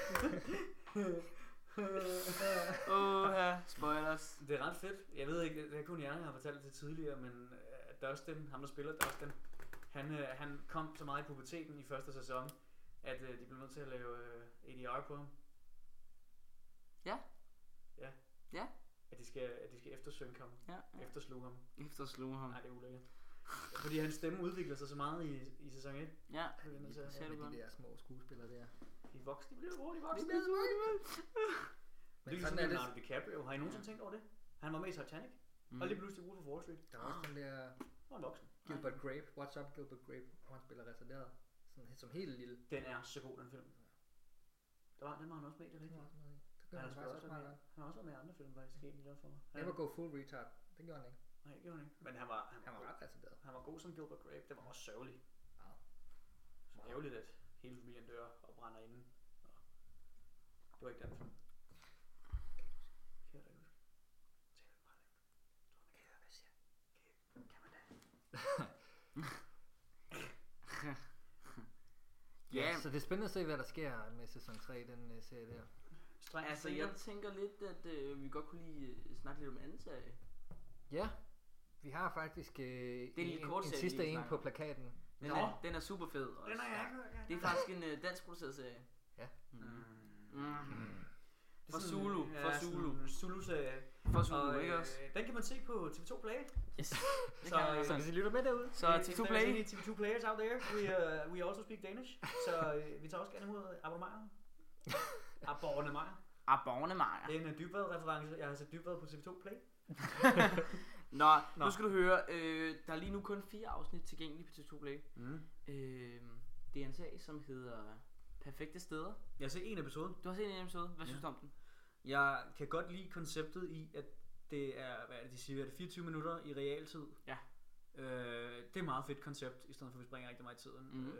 Speaker 2: Spoilers.
Speaker 4: Det er ret fedt. Jeg ved ikke, det er kun jeg har fortalt det til tidligere, men Dustin, ham der spiller Dustin, han kom så meget i puberteten i første sæson, at de blev nødt til at lave ADR på ham.
Speaker 2: Ja.
Speaker 4: Ja.
Speaker 2: Ja.
Speaker 4: At de skal eftersynke ham.
Speaker 2: Ja.
Speaker 4: Eftersluge ham.
Speaker 2: Efterslog ham.
Speaker 4: Nej, det er ulækkert. Fordi hans stemme udvikler sig så meget i sæson 1.
Speaker 2: Ja,
Speaker 3: Det
Speaker 2: det ser du godt.
Speaker 3: de der små skuespillere der.
Speaker 4: De bliver hurtigt voksne.
Speaker 3: Men
Speaker 4: Det er
Speaker 3: sådan
Speaker 4: ligesom
Speaker 3: er det.
Speaker 4: Leonardo DiCaprio. Har I nogensinde tænkt over det? Han var med i Titanic. Og lige pludselig Wolf of Wall Street.
Speaker 3: Der er også den der
Speaker 4: Og en voksen.
Speaker 3: Gilbert Grape. What's up, Gilbert Grape? Hvor han spiller retarderet. Sådan, som helt lille.
Speaker 4: Den er så god, den film. Den var han også med i, det er rigtigt.
Speaker 3: Det gør han faktisk også meget godt.
Speaker 4: Han har også været med i andre film, faktisk. Det er egentlig glad for mig.
Speaker 3: Never go full retard. Det gjorde han ikke.
Speaker 4: Nej, det gjorde han ikke. Men han
Speaker 3: Han
Speaker 4: var
Speaker 3: var ret retarderet.
Speaker 4: Han var god som Gilbert Grape. Det var også sørgeligt.
Speaker 3: Ja.
Speaker 4: Så ærgerligt, at hele familien dør og brænder inde. Det var ikke den film. Kan jeg da ikke huske.
Speaker 2: Ja,
Speaker 3: Så det er spændende at se, hvad der sker med sæson 3 den serie der.
Speaker 2: altså jeg tænker lidt, at vi godt kunne lige snakke lidt om anden serie.
Speaker 3: Ja, vi har faktisk
Speaker 2: lille kort
Speaker 3: en
Speaker 2: serie,
Speaker 3: sidste
Speaker 2: vi
Speaker 3: en
Speaker 2: snakker
Speaker 3: på
Speaker 2: om.
Speaker 3: plakaten.
Speaker 2: Den er super fed også.
Speaker 4: Den har jeg ikke hørt.
Speaker 2: Det er faktisk en dansk produceret serie.
Speaker 3: Ja.
Speaker 2: For Zulu. For Zulu.
Speaker 4: Zulu-serie.
Speaker 2: For Zulu,
Speaker 4: Og
Speaker 2: ikke også?
Speaker 4: den kan man se på TV2 Play.
Speaker 2: Yes. Det
Speaker 4: Så,
Speaker 2: kan man.
Speaker 3: Så hvis I lytter med derude.
Speaker 2: Så
Speaker 4: If
Speaker 2: TV2
Speaker 4: there's
Speaker 2: Play.
Speaker 4: any TV2 players out there, we also speak Danish. Så vi tager også gerne imod abonnementer.
Speaker 2: Abonnementer.
Speaker 4: Det er en Dybvad-reference. Jeg har set Dybvad på TV2 Play.
Speaker 2: Nå, nu skal du høre. Der er lige nu kun 4 afsnit tilgængelige på TV2 Play. Det er en serie, som hedder Perfekte Steder.
Speaker 4: Jeg har set en episode.
Speaker 2: Du har set en episode. Hvad synes du om den?
Speaker 4: Jeg kan godt lide konceptet i, at det er, hvad er det, de siger, er det 24 minutter i realtid?
Speaker 2: Ja.
Speaker 4: Det er et meget fedt koncept, i stedet for at vi springer rigtig meget i tiden.
Speaker 2: Mhm.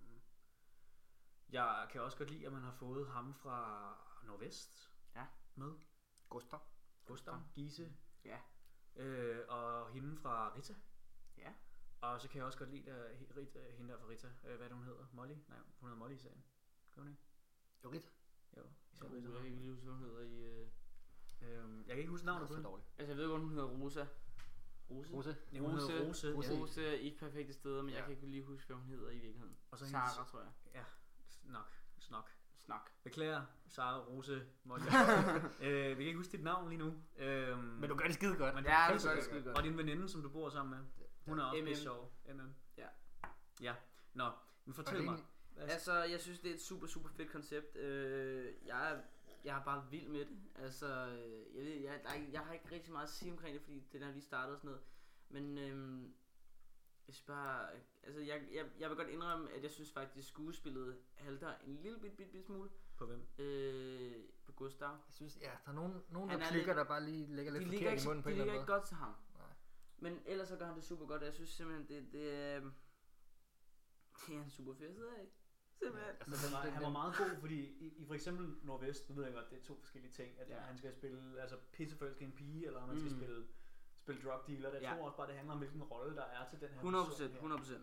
Speaker 4: Jeg kan også godt lide, at man har fået ham fra Nordvest med. Gustav, Gise.
Speaker 2: Ja.
Speaker 4: Og hende fra Rita.
Speaker 2: Ja.
Speaker 4: Og så kan jeg også godt lide hende der fra Rita. Hvad er det, hun hedder? Molly? Nej, hun hedder Molly i serien. Gør hun ikke?
Speaker 3: Jo, Rita.
Speaker 4: Jo.
Speaker 2: Jeg kan ikke lige huske, hvad hun hedder i...
Speaker 4: Jeg kan ikke huske navnet på
Speaker 3: så
Speaker 4: hende.
Speaker 3: dårligt.
Speaker 2: Altså, jeg ved godt, hun hedder Rosa.
Speaker 3: Rose.
Speaker 4: Ja, hun hedder Rose.
Speaker 2: Rosa i Perfekte Steder, men jeg kan ikke lige huske, hvad hun hedder i virkeligheden.
Speaker 4: Og så
Speaker 2: Sara, tror jeg.
Speaker 4: Ja, Snok.
Speaker 2: Snak.
Speaker 4: Beklager, Sara, Rose, Molly. Vi kan ikke huske dit navn lige nu.
Speaker 3: Men du gør det skide godt.
Speaker 4: Men
Speaker 2: Ja,
Speaker 4: du
Speaker 2: det gør det skide godt.
Speaker 4: Og din veninde, som du bor sammen med. Hun er også
Speaker 2: MM.
Speaker 4: lidt sjov. MM.
Speaker 2: Ja.
Speaker 4: Ja. Nå, men fortæl mig.
Speaker 2: Altså, jeg synes, det er et super, super fedt koncept. Jeg er bare vild med det. Altså, jeg har ikke rigtig meget at sige omkring det, fordi den har lige startet og sådan noget. Men jeg synes bare, altså, jeg vil godt indrømme, at jeg synes faktisk, skuespillet halter en lille bit smule.
Speaker 4: På hvem?
Speaker 2: På Gustav.
Speaker 3: Jeg synes, ja, der er nogen
Speaker 2: Han
Speaker 3: der
Speaker 2: er
Speaker 3: klikker,
Speaker 2: lidt-
Speaker 3: der bare lige lægger lidt
Speaker 2: De
Speaker 3: forkert i munden på en eller
Speaker 2: ligger
Speaker 3: anden
Speaker 2: ikke
Speaker 3: måde.
Speaker 2: godt til ham.
Speaker 3: Nej.
Speaker 2: Men ellers så gør han det super godt. Jeg synes simpelthen, det er en super fed serie. Simpelthen.
Speaker 3: Altså,
Speaker 4: Han var meget god, fordi i for eksempel Nordvest, nu ved jeg godt, det er 2 forskellige ting, at
Speaker 2: Ja.
Speaker 4: han skal spille altså pissefølske en pige, eller om han skal spille drug dealer. Jeg tror også bare, det handler om, hvilken rolle der er til den her
Speaker 2: 100%.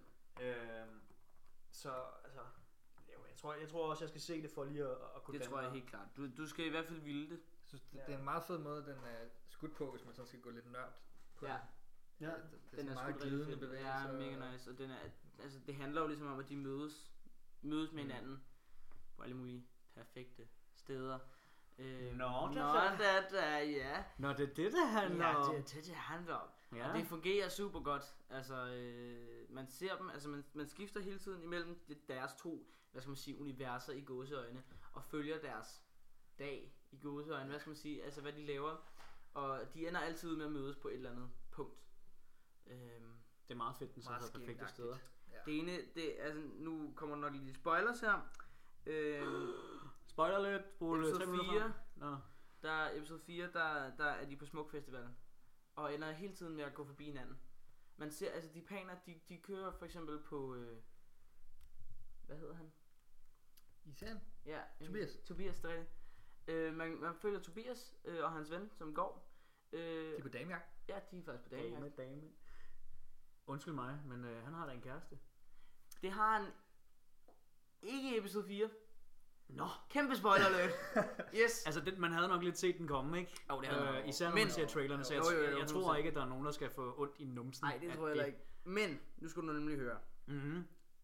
Speaker 4: Så altså, jeg tror også, jeg skal se det for lige at kunne
Speaker 2: Det tror jeg helt klart. Du skal i hvert fald ville det.
Speaker 3: Jeg synes, det er en meget fed måde, den er skudt på, hvis man sådan skal gå lidt nørd på
Speaker 2: Ja.
Speaker 3: det.
Speaker 4: Ja.
Speaker 3: Det er
Speaker 2: Den
Speaker 3: sådan
Speaker 2: er
Speaker 3: meget
Speaker 2: sgu
Speaker 3: glidende
Speaker 2: rigtig fed.
Speaker 3: bevægelser.
Speaker 2: Ja, mega nice. Og den er, altså, det handler jo ligesom om, at de mødes med hinanden på alle mulige perfekte steder.
Speaker 4: Nå,
Speaker 2: ja.
Speaker 4: Nå, det er det handler
Speaker 2: Ja,
Speaker 4: om.
Speaker 2: det handler om.
Speaker 4: Ja.
Speaker 2: Og det fungerer super godt. Altså, man ser dem, altså man skifter hele tiden imellem deres 2, hvad skal man sige, universer i gåseøjne, og følger deres dag i gåseøjne, hvad skal man sige, altså hvad de laver. Og de ender altid ud med at mødes på et eller andet punkt.
Speaker 4: Det er meget fedt, den så
Speaker 3: Meget
Speaker 4: hedder perfekte
Speaker 3: skægagtigt.
Speaker 4: steder.
Speaker 3: Ja.
Speaker 2: Det ene, altså nu kommer der nok lige spoilers her.
Speaker 4: Spoiler lidt, spole 3
Speaker 2: Episode
Speaker 4: minutter
Speaker 2: 4,
Speaker 4: frem. Nå.
Speaker 2: der episode 4, der er de på Smuk Festivalen. Og ender hele tiden med at gå forbi hinanden. Man ser, altså de paner, de kører for eksempel på, hvad hedder han?
Speaker 3: I serien?
Speaker 2: Ja,
Speaker 3: Tobias.
Speaker 2: Tobias, det er rigtigt. Man følger Tobias og hans ven, som går.
Speaker 3: De er på damejagt.
Speaker 2: Ja, de er faktisk på dagen.
Speaker 4: Dame. Undskyld mig, men han har da en kæreste.
Speaker 2: Det har han ikke i episode 4. Nå, kæmpe spoiler alert. Yes.
Speaker 4: Altså, man havde nok lidt set den komme, ikke?
Speaker 2: Jo, det havde man.
Speaker 4: Især når
Speaker 2: Men-
Speaker 4: man ser trailerne, så
Speaker 2: Jo,
Speaker 4: jeg tror
Speaker 2: 100%.
Speaker 4: ikke, at der er nogen, der skal få ondt i numsen.
Speaker 2: Nej, det tror jeg heller ikke. Men, nu skal du nemlig høre.
Speaker 4: Mhm.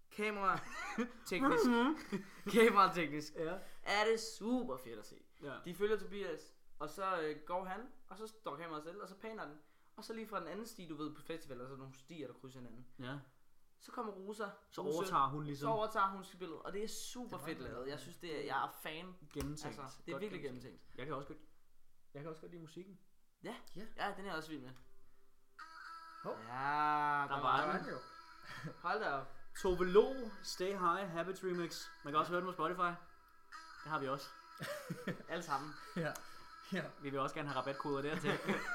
Speaker 2: Kamerateknisk
Speaker 4: Ja.
Speaker 2: er det super fedt at se.
Speaker 4: Ja.
Speaker 2: De følger Tobias, og så går han, og så står kameraet selv, og så paner den. og så lige fra den anden sti, du ved, på festivaler, så er der nogle stier, der krydser hinanden.
Speaker 1: Ja.
Speaker 2: Så kommer Rosa.
Speaker 1: Så overtager hun ligesom.
Speaker 2: Så overtager hun spillet, og det er super fedt lavet. Jeg synes, jeg er fan.
Speaker 1: Gennemtænkt.
Speaker 2: Altså, det er virkelig gennemtænkt.
Speaker 1: Jeg kan også godt lide musikken.
Speaker 2: Ja,
Speaker 3: Ja.
Speaker 2: ja, den er jeg også vild med.
Speaker 3: Hov.
Speaker 2: Ja,
Speaker 1: Der var den.
Speaker 3: jo.
Speaker 2: Hold da op.
Speaker 1: Tove Lo, Stay High, Habits Remix. Man kan også høre den på Spotify. Det har vi også.
Speaker 2: Alle sammen.
Speaker 3: Ja. Ja.
Speaker 1: Vi vil også gerne have rabatkoder dertil.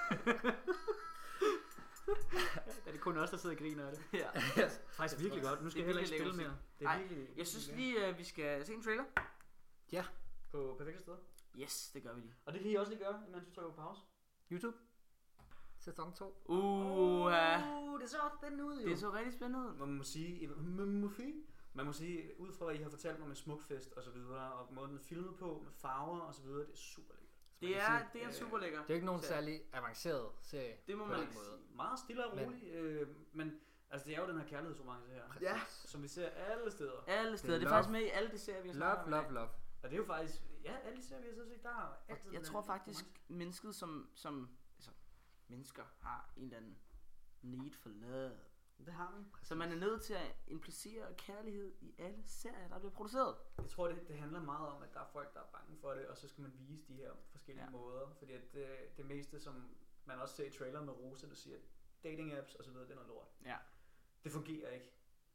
Speaker 1: Det er det kun os, der sidder og griner af det.
Speaker 2: Ja.
Speaker 1: Faktisk virkelig godt. Nu skal
Speaker 2: Det
Speaker 1: jeg
Speaker 2: er
Speaker 1: heller ikke
Speaker 2: virkelig
Speaker 1: spille
Speaker 2: lækkert
Speaker 1: mere. Det
Speaker 2: Ej,
Speaker 1: er virkelig,
Speaker 2: Jeg synes lige, vi skal se en trailer.
Speaker 3: Ja.
Speaker 1: på perfekte steder.
Speaker 2: Yes, det gør vi lige.
Speaker 1: Og det kan I også lige gøre, imens vi trykker på pause.
Speaker 3: YouTube. Sæson 2.
Speaker 1: Det så spændende ud,
Speaker 2: Det så rigtig spændende ud.
Speaker 1: Man må sige, ud fra hvad I har fortalt mig med Smukfest og så videre, og måden den er filmet på, med farver og så videre, det er super lækkert.
Speaker 2: Det er en super lækker.
Speaker 3: Det er jo ikke nogen
Speaker 2: Så-
Speaker 3: særlig avanceret serie.
Speaker 2: Det må
Speaker 3: på
Speaker 2: man
Speaker 3: den
Speaker 2: ikke
Speaker 3: måde.
Speaker 2: sige.
Speaker 1: Meget stille og
Speaker 3: Men-
Speaker 1: rolig, men altså det er jo den her kærlighedsromance her,
Speaker 2: Ja,
Speaker 1: som vi ser alle steder.
Speaker 2: alle steder. Det er
Speaker 3: love.
Speaker 2: faktisk med i alle de serier, vi har snakket om.
Speaker 3: Love.
Speaker 1: Og det er jo faktisk, ja, alle de serier vi har set, der har
Speaker 2: Og
Speaker 1: altid
Speaker 2: jeg
Speaker 1: den
Speaker 2: tror
Speaker 1: her
Speaker 2: faktisk,
Speaker 1: romance.
Speaker 2: mennesket som altså, mennesker har en eller anden need for love.
Speaker 1: Det har man.
Speaker 2: Så man er nødt til at implicere kærlighed i alle serier, der bliver produceret.
Speaker 1: Jeg tror, det handler meget om, at der er folk, der er bange for det, og så skal man vise de her forskellige måder. Fordi at det meste, som man også ser i traileren med Rosa, der siger, at dating apps og så videre, det er noget lort.
Speaker 2: Ja.
Speaker 1: Det fungerer ikke.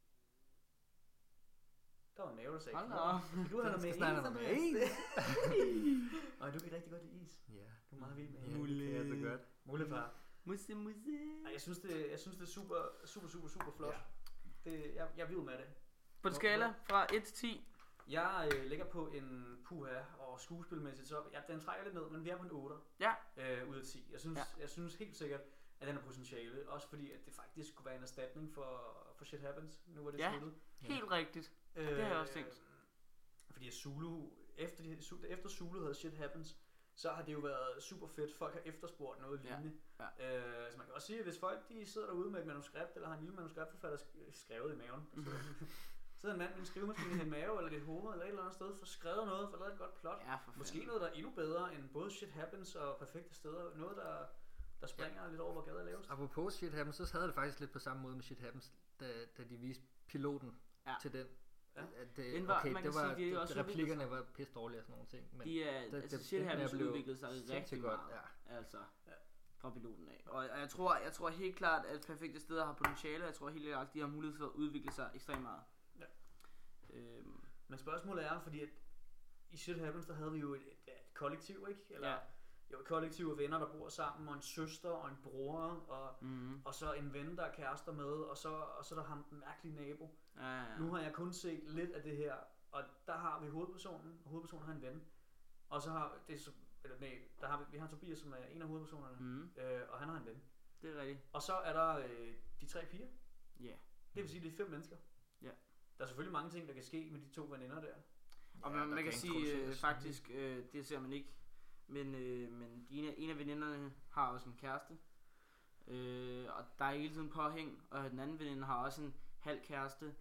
Speaker 1: Der var en mave, der sagde,
Speaker 2: Hold da op.
Speaker 1: du har
Speaker 3: Den skal
Speaker 1: med
Speaker 3: snart
Speaker 1: is,
Speaker 3: have noget
Speaker 1: Andreas. Og du kan rigtig godt lide is.
Speaker 3: Ja.
Speaker 1: Du er meget vild med
Speaker 3: Ja, det kan jeg så godt.
Speaker 1: Mullefar.
Speaker 2: Musse.
Speaker 1: Ej, jeg synes det er super flot.
Speaker 3: Ja.
Speaker 1: Jeg er vild med det.
Speaker 2: På en skala fra 1 til 10.
Speaker 1: Jeg ligger på en puha, og skuespilmæssigt så, den trækker lidt ned, men vi er på en 8
Speaker 2: Ja.
Speaker 1: ud af 10. Jeg synes helt sikkert, at den har potentiale, også fordi at det faktisk kunne være en erstatning for Shit Happens, nu hvor det
Speaker 2: Ja.
Speaker 1: sluttet.
Speaker 2: Helt rigtigt. Det har jeg også tænkt.
Speaker 1: Fordi Zulu, efter Zulu havde Shit Happens, så har det jo været super fedt. Folk har efterspurgt noget lignende.
Speaker 2: Ja.
Speaker 1: Så man kan også sige, at hvis folk de sidder derude med et manuskript, eller har en lille manuskriptforfatter skrevet i maven, så sidder en mand med en skrivemaskine i en mave, eller et hoved, eller et eller andet sted, for skrevet noget, for lavet et godt plot.
Speaker 2: Ja, for fanden.
Speaker 1: Måske noget, der er endnu bedre end både Shit Happens og Perfekte Steder. Noget, der springer lidt over, hvor gaden er lavest.
Speaker 3: Apropos Shit Happens, så havde det faktisk lidt på samme måde med Shit Happens, da de viste piloten til den.
Speaker 1: Ja.
Speaker 3: At
Speaker 2: Den var-
Speaker 3: okay,
Speaker 2: man
Speaker 3: det
Speaker 2: kan
Speaker 3: var,
Speaker 2: sige, de er også
Speaker 3: replikkerne var pisse dårlige og sådan nogle ting. Men
Speaker 2: De er, altså Shit Happens
Speaker 3: blev
Speaker 2: udviklede sig
Speaker 3: sindssygt
Speaker 2: rigtig
Speaker 3: godt,
Speaker 2: meget.
Speaker 3: ja.
Speaker 2: Altså, fra piloten af. Og jeg tror helt klart, at Perfekte Steder har potentiale. Jeg tror helt klart, at de har mulighed for at udvikle sig ekstremt meget.
Speaker 1: Ja.
Speaker 2: Øhm,
Speaker 1: Men spørgsmålet er, fordi at i Shit Happens, der havde vi jo et kollektiv, ikke? Eller,
Speaker 2: Ja.
Speaker 1: Jo, et kollektiv af venner, der bor sammen, og en søster og en bror, og så en ven, der er kærester med, og så er der ham, den mærkelige nabo.
Speaker 2: ja.
Speaker 1: Nu har jeg kun set lidt af det her, og der har vi hovedpersonen, og hovedpersonen har en ven. Og så har vi har Tobias, som er en af hovedpersonerne, og han har en ven.
Speaker 2: Det er rigtigt.
Speaker 1: Og så er der de 3 piger.
Speaker 2: Ja.
Speaker 1: Det vil sige, det er 5 mennesker.
Speaker 2: Ja.
Speaker 1: Der er selvfølgelig mange ting, der kan ske med de 2 veninder der.
Speaker 2: Og
Speaker 3: Ja,
Speaker 2: man
Speaker 3: der
Speaker 2: kan
Speaker 3: kan
Speaker 2: sige
Speaker 3: introduceres.
Speaker 2: faktisk, det ser man ikke. Men en af veninderne har også en kæreste. Og der er hele tiden påhæng. Og den anden veninde har også en halv kæreste.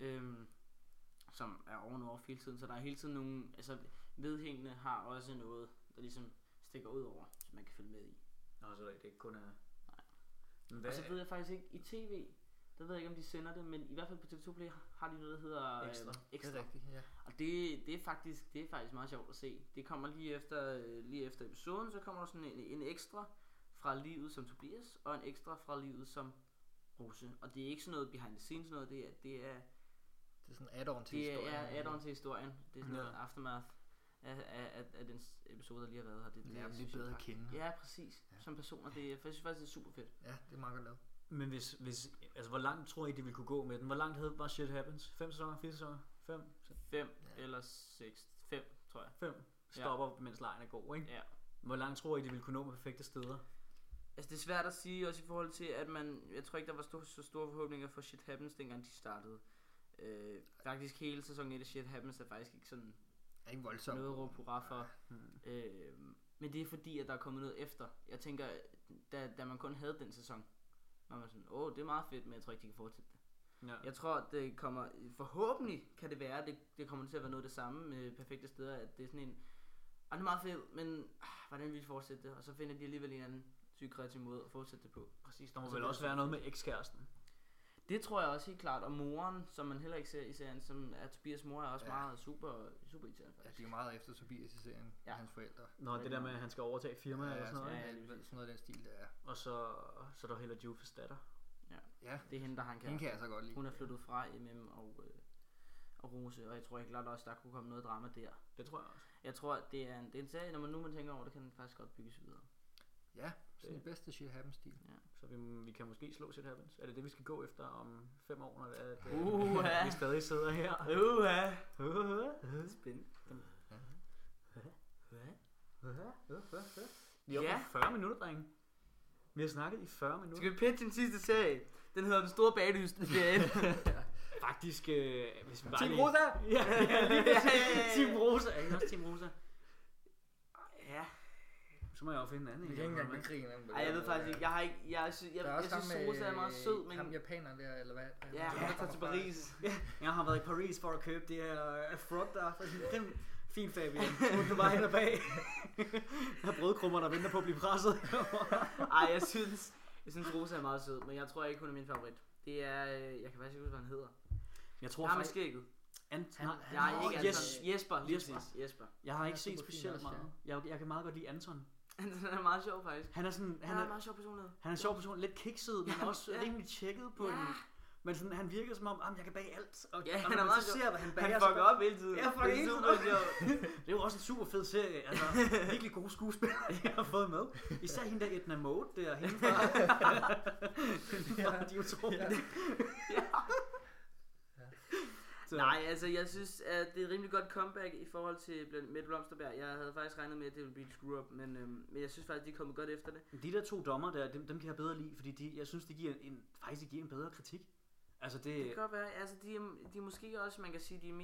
Speaker 2: Som er over hele tiden. Så der er hele tiden nogle, altså vedhængende har også noget, der ligesom stikker ud over, som man kan følge med i.
Speaker 1: Nå, så det ikke kun er...
Speaker 2: Nej. Og så ved jeg faktisk ikke, i tv, der ved jeg ikke om de sender det, men i hvert fald på TV2 Play har de noget, der hedder
Speaker 1: Ekstra.
Speaker 3: Det er rigtigt, ja.
Speaker 2: Og det er faktisk meget sjovt at se. Det kommer lige efter episoden, så kommer der sådan en ekstra fra livet som Tobias, og en ekstra fra livet som Rose. Og det er ikke sådan noget behind the scenes noget, det er
Speaker 3: Det er sådan en add-on til historien.
Speaker 2: Det er add-on til historien. Det er sådan noget
Speaker 1: Ja.
Speaker 2: aftermath af den episode, der lige har været her. Det
Speaker 3: Lærer dem
Speaker 2: synes
Speaker 3: lidt bedre
Speaker 2: jeg
Speaker 3: at kende.
Speaker 2: Ja, præcis. Som personer. Jeg synes faktisk, det er super fedt.
Speaker 3: Ja, det er meget godt lavet.
Speaker 1: Men hvis altså hvor langt tror I, de ville kunne gå med den? Hvor langt var Shit Happens? 5 sæsoner? 4 sæsoner? 5?
Speaker 2: 5 eller 6. 5, tror jeg.
Speaker 1: 5 stopper, mens lejen er god, ikke?
Speaker 2: Ja.
Speaker 1: Hvor langt tror I, de ville kunne nå med Perfekte Steder?
Speaker 2: Altså det er svært at sige, også i forhold til, at jeg tror ikke, der var så store forhåbninger for Shit Happens, dengang de startede. Faktisk hele sæsonen 1 af Shit Happens er faktisk ikke sådan
Speaker 3: Er ikke voldsomt.
Speaker 2: noget råb hurra for. Men det er fordi, at der er kommet noget efter. Jeg tænker, da man kun havde den sæson, var man sådan, det er meget fedt, men jeg tror ikke, de kan fortsætte det.
Speaker 1: Ja.
Speaker 2: Jeg tror, det kommer, forhåbentlig kan det være, at det kommer til at være noget af det samme med Perfekte Steder, at det er sådan en, det er meget fedt, men hvordan vil vi fortsætte det? Og så finder de alligevel en anden sygt kreativ måde at fortsætte det på.
Speaker 1: Præcis, der må vel også være noget med ekskæresten.
Speaker 2: Det tror jeg også helt klart, og moren, som man heller ikke ser i serien, som er Tobias mor, er også meget super irriterende
Speaker 3: Ja,
Speaker 2: faktisk.
Speaker 3: de er jo meget efter Tobias i serien, hans forældre.
Speaker 1: Nå, det der med, at han skal overtage firmaet eller sådan noget.
Speaker 2: ja,
Speaker 3: sådan noget af den stil, der er.
Speaker 1: Og så er der heller Jufes datter.
Speaker 3: Ja,
Speaker 2: Det er hende, der har en
Speaker 3: hende kan jeg så godt lide.
Speaker 2: Hun er flyttet fra MM og Rose, og jeg tror helt klart også, der kunne komme noget drama der.
Speaker 1: Det tror jeg også.
Speaker 2: Jeg tror, det er en serie, når man tænker over det, kan den faktisk godt bygges videre.
Speaker 3: Ja, sådan den bedste Shit Happens stil.
Speaker 2: Ja.
Speaker 1: Så vi kan måske slå Shit Happens. Er det det, vi skal gå efter om 5 år, når det er,
Speaker 2: Uha.
Speaker 1: vi stadig sidder her?
Speaker 2: Spændende.
Speaker 1: Vi er oppe på 40 minutter, drenge. Vi har snakket i 40 minutter.
Speaker 2: Skal vi pitche den sidste serie? Den hedder Den Store Baglyst.
Speaker 1: Faktisk, hvis vi bare
Speaker 2: Team
Speaker 1: lige...
Speaker 2: Rosa!
Speaker 1: Ja, lige præcis. Team Rosa. Er I også Team Rosa?
Speaker 2: Ja.
Speaker 1: Så må jeg jo finde en anden.
Speaker 3: Vi kan ikke engang med krigen.
Speaker 2: Ej, jeg ved faktisk ikke. Jeg har ikke... Jeg synes Rosa er meget sød, men...
Speaker 3: Ham japaneren der, eller hvad?
Speaker 2: Ja, han tager til Paris.
Speaker 1: Jeg har været i Paris for at købe det her front der. Fint, Fabian. Du bare hen og bag. Der er brødkrummer, der venter på at blive presset.
Speaker 2: Ej, jeg synes Rosa er meget sød, men jeg tror ikke, hun er min favorit. Det er... Jeg kan faktisk ikke huske, hvad han hedder.
Speaker 1: Jeg tror
Speaker 2: Han med skægget. Jeg er ikke Anton. Jesper, lige præcis. Jesper.
Speaker 1: Jeg har ikke set specielt meget. Jeg kan meget godt lide Anton.
Speaker 2: Han er meget sjov faktisk.
Speaker 1: Han er sådan...
Speaker 2: Han er en meget sjov personlighed.
Speaker 1: Han er en sjov person. Lidt kikset, men også rimelig tjekket på den. Men sådan, han virker som om, jeg kan bage alt. Og,
Speaker 2: ja, han er meget sjov.
Speaker 1: Hvad han bager,
Speaker 2: han fucker op hele tiden.
Speaker 1: Ja, fucker hele tiden. Det er jo også en super fed serie. Altså, virkelig gode skuespillere, jeg har fået med. Især hende der Edna Mode, der hende fra... de er utrolige.
Speaker 2: Nej, altså jeg synes, at det er et rimelig godt comeback i forhold til Mette Blomsterberg. Jeg havde faktisk regnet med, at det ville blive et screw-up, men jeg synes faktisk, de er kommet godt efter det.
Speaker 1: De der 2 dommer der, dem kan jeg bedre lide, fordi jeg synes, de giver en bedre kritik. Altså det
Speaker 2: kan godt være. Altså de er måske også, man kan sige, de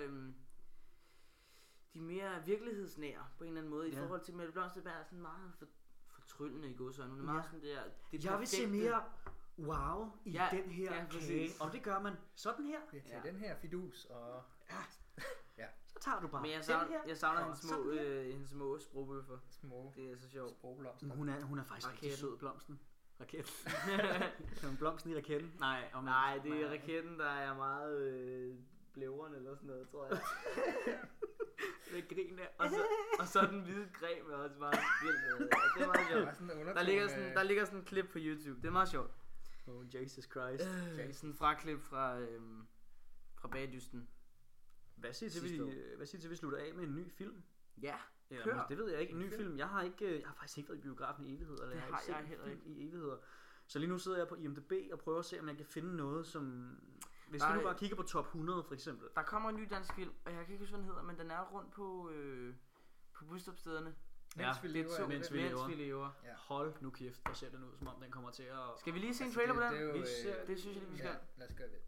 Speaker 2: er mere virkelighedsnære på en eller anden måde i forhold til Mette Blomsterberg er sådan meget fortryllende i godsøjne. Hun er meget sådan der.
Speaker 1: Jeg vil se mere wow i den her kage, og det gør man sådan her.
Speaker 3: Vi tager den her fidus og...
Speaker 1: Ja. Så tager du bare
Speaker 2: men jeg savner hendes små sprogbøffer. Det er så sjovt.
Speaker 3: Sprogblomster.
Speaker 1: Hun er faktisk rigtig sød, blomsten. Blomsten i raketten?
Speaker 2: Nej, det er raketten, der er meget blæveren eller sådan noget, tror jeg. Med grin der. Og så den hvide creme er også meget vildt. Det er meget sjovt. Der ligger sådan en klip på YouTube. Det er meget sjovt.
Speaker 1: Oh, Jesus Christ.
Speaker 2: Sådan en fraklip fra bagdysten.
Speaker 1: Hvad siger til, vi slutter af med en ny film?
Speaker 2: Ja,
Speaker 1: kør. Det ved jeg ikke. En ny film. Jeg har faktisk ikke været i biografen i evigheder. Eller
Speaker 2: det har jeg heller ikke.
Speaker 1: I evigheder. Så lige nu sidder jeg på IMDb og prøver at se, om jeg kan finde noget, som... Hvis vi nu bare kigger på top 100 for eksempel.
Speaker 2: Der kommer en ny dansk film, og jeg kan ikke huske, hvad den hedder, men den er rundt på busstopstederne.
Speaker 3: Mens
Speaker 2: vi lever.
Speaker 1: Ja. Hold nu kæft, der ser den ud, som om den kommer til at...
Speaker 2: Skal vi lige se en trailer på den?
Speaker 3: Det
Speaker 2: synes jeg lige, vi skal.
Speaker 3: Lad os gøre det.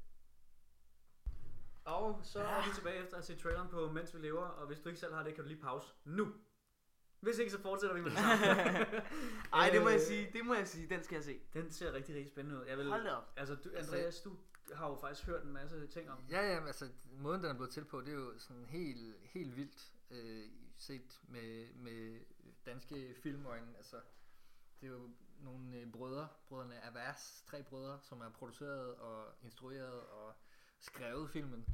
Speaker 1: Og så er vi tilbage efter at se traileren på Mens vi lever, og hvis du ikke selv har det, kan du lige pause nu. Hvis ikke, så fortsætter vi med det samme.
Speaker 2: Ej, det må jeg sige, den skal jeg se.
Speaker 1: Den ser rigtig, rigtig spændende ud.
Speaker 2: Hold da op.
Speaker 1: Altså, Andreas, du har jo faktisk hørt en masse ting om den.
Speaker 3: Ja, altså, måden den er blevet til på, det er jo sådan helt vildt set med danske filmøjne. Altså, det er jo nogle brødrene Avers, 3 brødre, som er produceret og instrueret og skrevet filmen.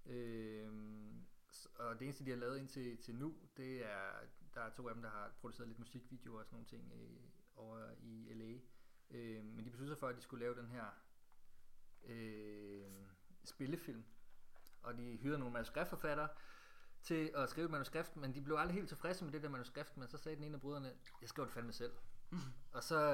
Speaker 3: Og det eneste, de har lavet indtil nu, det er, der er 2 af dem, der har produceret lidt musikvideoer og sådan nogle ting over i LA. Men de besluttede sig for, at de skulle lave den her spillefilm. Og de hyrede nogle manuskriptforfattere til at skrive et manuskript, men de blev aldrig helt tilfredse med det der manuskript, men så sagde den ene af brødrene, jeg skriver det fandme selv. Og så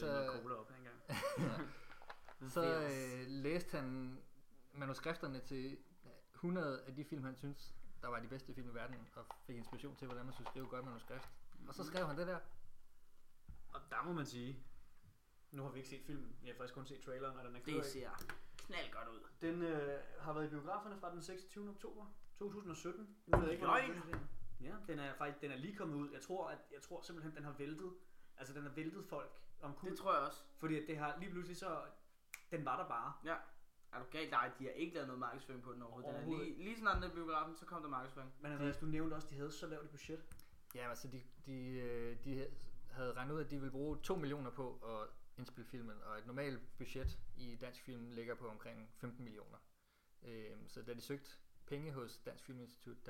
Speaker 3: læste han manuskripterne til 100 af de film, han synes, der var de bedste film i verden, og fik inspiration til, hvordan man skulle skrive godt manuskript. Og så skrev han det der.
Speaker 1: Og der må man sige, nu har vi ikke set filmen, jeg har faktisk kun set traileren, og den er
Speaker 2: det ser knald godt ud.
Speaker 1: Den har været i biograferne fra den 26. oktober 2017. Ja, den er lige kommet ud. Jeg tror simpelthen, den har væltet. Altså, den har væltet folk omkring.
Speaker 2: Det tror jeg også.
Speaker 1: Fordi det har lige pludselig så... Den var der bare.
Speaker 2: Ja. Er du galt? Nej, de har ikke lavet noget markedsføring på den overhovedet. Den er lige snart den er biografen, så kom der markedsføring.
Speaker 1: Men Andreas, du nævnte også, at de havde så lavt et budget.
Speaker 3: Ja, altså havde regnet ud, at de ville bruge 2 millioner på at indspille filmen, og et normalt budget i dansk film ligger på omkring 15 millioner. Så da de søgte penge hos Dansk Filminstitut,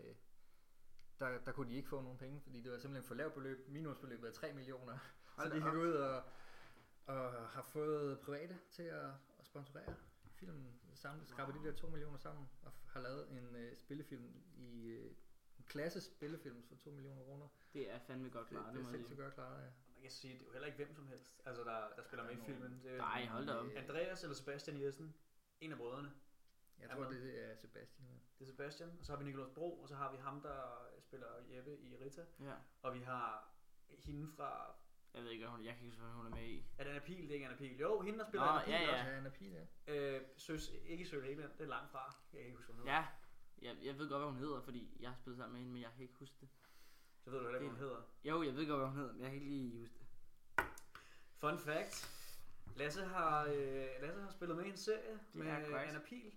Speaker 3: der kunne de ikke få nogen penge, fordi det var simpelthen for lavt beløb. Minimumsbeløbet er 3 millioner. Så de kan gå ud og har fået private til at sponsorere filmen, skraber de der 2 millioner sammen, og har lavet en spillefilm i en klasse spillefilm for 2 millioner kroner.
Speaker 2: Det er fandme godt klaret.
Speaker 3: Det er sindssygt godt klaret, ja.
Speaker 4: Man kan sige, det er jo heller ikke hvem som helst, altså der spiller med i filmen. Det er
Speaker 2: Nej, hold da op.
Speaker 4: Andreas eller Sebastian Jessen, en af brødrene.
Speaker 3: Jeg tror, det er Sebastian. Ja.
Speaker 4: Det er Sebastian, og så har vi Nicolas Bro, og så har vi ham, der spiller Jeppe i Rita.
Speaker 2: Ja.
Speaker 4: Og vi har hende fra...
Speaker 2: Jeg ved ikke, jeg kan ikke huske, hvad hun er med i.
Speaker 4: Er det Anna Pihl? Det er ikke Anna Pihl. Jo, hende der spiller
Speaker 2: Nå,
Speaker 4: Anna Pihl
Speaker 2: ja.
Speaker 4: også.
Speaker 3: Ja, Anna Pihl, ja.
Speaker 4: Ikke Søren Hækland, det er langt fra. Jeg kan ikke huske, hvad hun
Speaker 2: Ja, jeg ved godt, hvad hun hedder, fordi jeg har spillet sammen med hende, men jeg kan ikke huske det.
Speaker 4: Så ved du heller ikke, hvad hun hedder.
Speaker 2: Jo, jeg ved godt, hvad hun hedder, men jeg kan ikke lige huske det.
Speaker 4: Fun fact. Lasse har spillet med i en serie med Anna Pihl.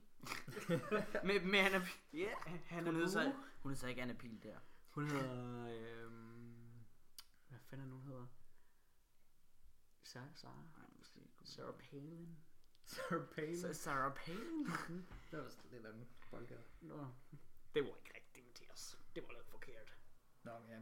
Speaker 2: med Anna Pihl. Ja, hun hedder så ikke Anna Pihl der. Hun hedder... hvad fanden hun hedder? Sarah? Nej, måske ikke. Sarah Palin.
Speaker 3: Sarah Palin.
Speaker 2: Sarah Palin?
Speaker 3: Det var vist lidt andet boldgade.
Speaker 2: Nå. Det var ikke rigtigt, Mathias. Det var lidt forkert.
Speaker 3: Nå, ja,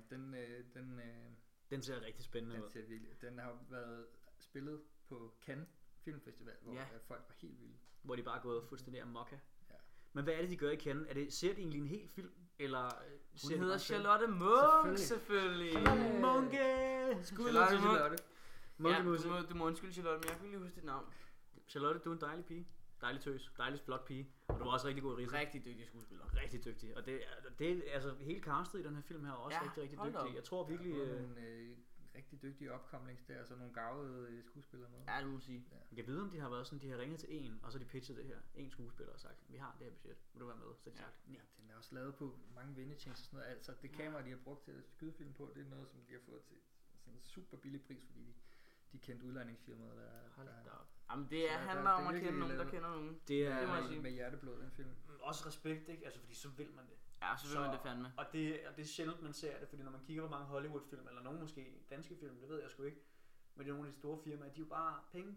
Speaker 4: Den ser rigtig spændende ud.
Speaker 3: Den har været spillet på Cannes Filmfestival, hvor folk var helt vilde.
Speaker 4: Hvor de bare er gået fuldstændig amok.
Speaker 3: Ja.
Speaker 4: Men hvad er det, de gør i Cannes? Ser de egentlig en hel film? Eller
Speaker 2: hun hedder Charlotte Munch, selvfølgelig.
Speaker 4: Munke!
Speaker 2: Charlotte. Ja, du må undskylde, Charlotte, men jeg kan lige huske dit navn.
Speaker 4: Charlotte, du er en dejlig pige. Dejlig tøs. Dejlig flot pige. Og du var også rigtig god i Rita.
Speaker 2: Rigtig dygtig skuespiller.
Speaker 4: Rigtig dygtig. Og det er altså hele castet i den her film her er også rigtig dygtig. Jeg tror virkelig...
Speaker 3: nogle rigtig dygtige opkomlings der, og så nogle garvede skuespillere med.
Speaker 2: Ja, det må man sige.
Speaker 4: Ja. Jeg ved, om de har været sådan, de har ringet til en, og så har de pitchet det her. En skuespiller og sagt, vi har det her budget. Vil du være med? Så har de sagt,
Speaker 3: ja. Den er også lavet på mange vendetjenester og sådan noget. Altså, det kamera, de har brugt til at skyde film på, det er noget, som de har fået til sådan en super billig pris, fordi de kendte udlejningsfirmaet, der
Speaker 2: Jamen det handler om at kende nogen, der kender nogen.
Speaker 3: Det er med hjerteblod, den film.
Speaker 4: Også respekt, ikke? Altså, fordi så vil man det.
Speaker 2: Ja, så vil man det fandme.
Speaker 4: Og det er sjældent, man ser det, fordi når man kigger på mange Hollywood-film, eller nogen måske danske film, det ved jeg sgu ikke, men det er nogle af de store firmaer, de er jo bare penge.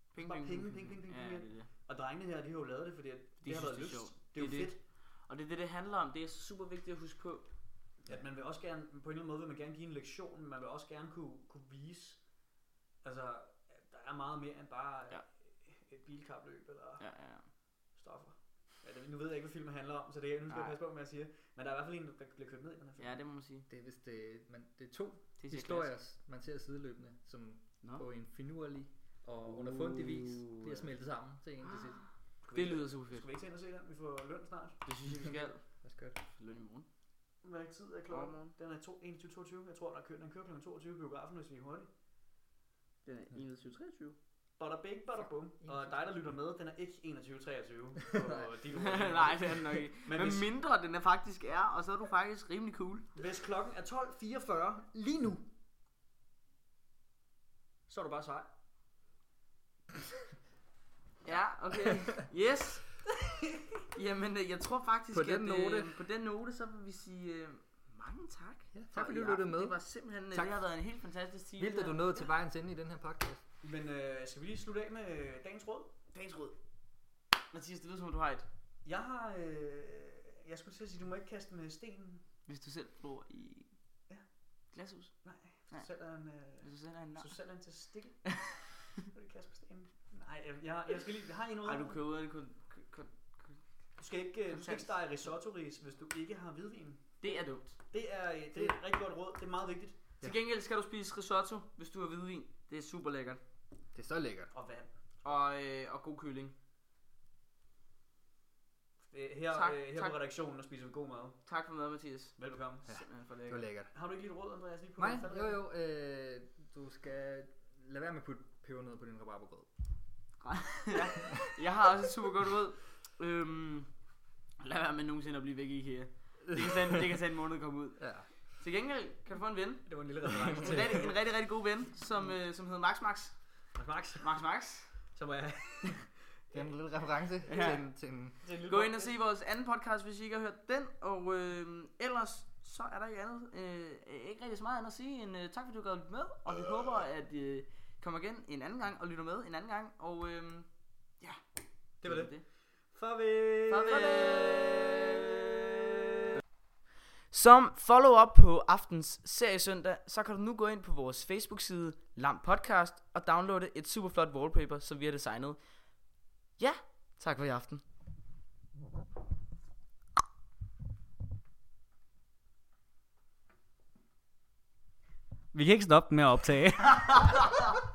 Speaker 2: Penge.
Speaker 4: Og drengene her, de har jo lavet det, fordi det har været lyst. Det er jo fedt.
Speaker 2: Og det er det handler om. Det er super vigtigt at huske på.
Speaker 4: At man vil også gerne, på en eller anden måde vil man gerne give en lektion, men man vil også gerne kunne vise, altså, der er meget mere end bare et bilkapløb eller stoffer. Ja, nu ved jeg ikke, hvad filmen handler om, så det nu skal jeg passe på, hvad jeg siger. Men der er i hvert fald en, der bliver kørt ned i den her film.
Speaker 2: Ja, det må man sige.
Speaker 3: Det er vist det er to historier, man ser sideløbende, som på en finurlig og underfundig vis bliver smeltet sammen til en til sidst.
Speaker 2: Det lyder super fedt.
Speaker 4: Skal vi ikke tage ind og se den? Vi får løn snart.
Speaker 2: Det synes jeg, vi skal.
Speaker 3: Lad os gøre det.
Speaker 2: Løn i morgen.
Speaker 4: Hvad tid er klokken? Den er 21.22. Jeg tror, den kører kl. 22 biografen, hvis vi er hurtige.
Speaker 2: Den er 21.23.
Speaker 4: Bada bing, bada bum. Og dig, der lytter med, den er ikke 21.23.
Speaker 2: Nej, det er den nok ikke. Men mindre den er faktisk er, og så er du faktisk rimelig cool.
Speaker 4: Hvis klokken er 12.44 lige nu, så er du bare sej.
Speaker 2: Ja, okay. Yes. Jamen, jeg tror faktisk, på den note, så vil vi sige mange tak.
Speaker 3: Ja, tak fordi du lyttede med.
Speaker 2: Det var simpelthen, det har været en helt fantastisk time.
Speaker 3: Vildt, at du nåede til vejens ende i den her podcast.
Speaker 4: Men skal vi lige slutte af med dagens råd?
Speaker 2: Dagens råd. Mathias, det lyder som, du har et.
Speaker 4: Jeg har, jeg skulle til at sige, du må ikke kaste med sten.
Speaker 2: Hvis du selv bor i glashus?
Speaker 4: Nej. Hvis du selv er en testikel. Så er det kaste med sten. Nej, jeg skal lige, jeg har en ud.
Speaker 2: Ej, du køber en
Speaker 4: Du skal ikke stege risotto-ris, hvis du ikke har hvidvin.
Speaker 2: Det er dumt.
Speaker 4: Det er et rigtig godt råd. Det er meget vigtigt.
Speaker 2: Til gengæld skal du spise risotto, hvis du har hvidvin. Det er super lækkert.
Speaker 3: Det er så lækkert.
Speaker 4: Og vand.
Speaker 2: Og god kylling.
Speaker 4: Her på redaktionen spiser vi god mad.
Speaker 2: Tak for mad, Mathias.
Speaker 4: Velbekomme.
Speaker 3: Ja,
Speaker 2: simpelthen for
Speaker 3: lækkert. Det var lækkert.
Speaker 4: Har du ikke lige et råd, Andreas? Lige på
Speaker 3: mig? Jo. Du skal lade være med at putte pebernødder på din rabarbergrød.
Speaker 2: Ja, jeg har også et super godt råd. Lad være med nogensinde at blive væk i IKEA. Det kan tage en måned at komme ud.
Speaker 3: Ja.
Speaker 2: Til gengæld kan du få en ven.
Speaker 4: Det var en lille reference til.
Speaker 2: En rigtig, rigtig god ven, som hedder Max. Max.
Speaker 4: Så må jeg...
Speaker 3: Det er en lille reference til en
Speaker 2: Gå ind og se vores anden podcast, hvis I ikke har hørt den. Og ellers så er der ikke andet, ikke rigtig så meget andet at sige end tak fordi du gad lytte med, og vi håber at kommer igen en anden gang og lytter med en anden gang, og ja,
Speaker 4: Det var det. Farvel.
Speaker 2: Som follow-up på aftens seriesøndag, så kan du nu gå ind på vores Facebook-side Lam Podcast og downloade et super flot wallpaper, som vi har designet. Ja, tak for i aften.
Speaker 5: Vi kan ikke stoppe med at optage.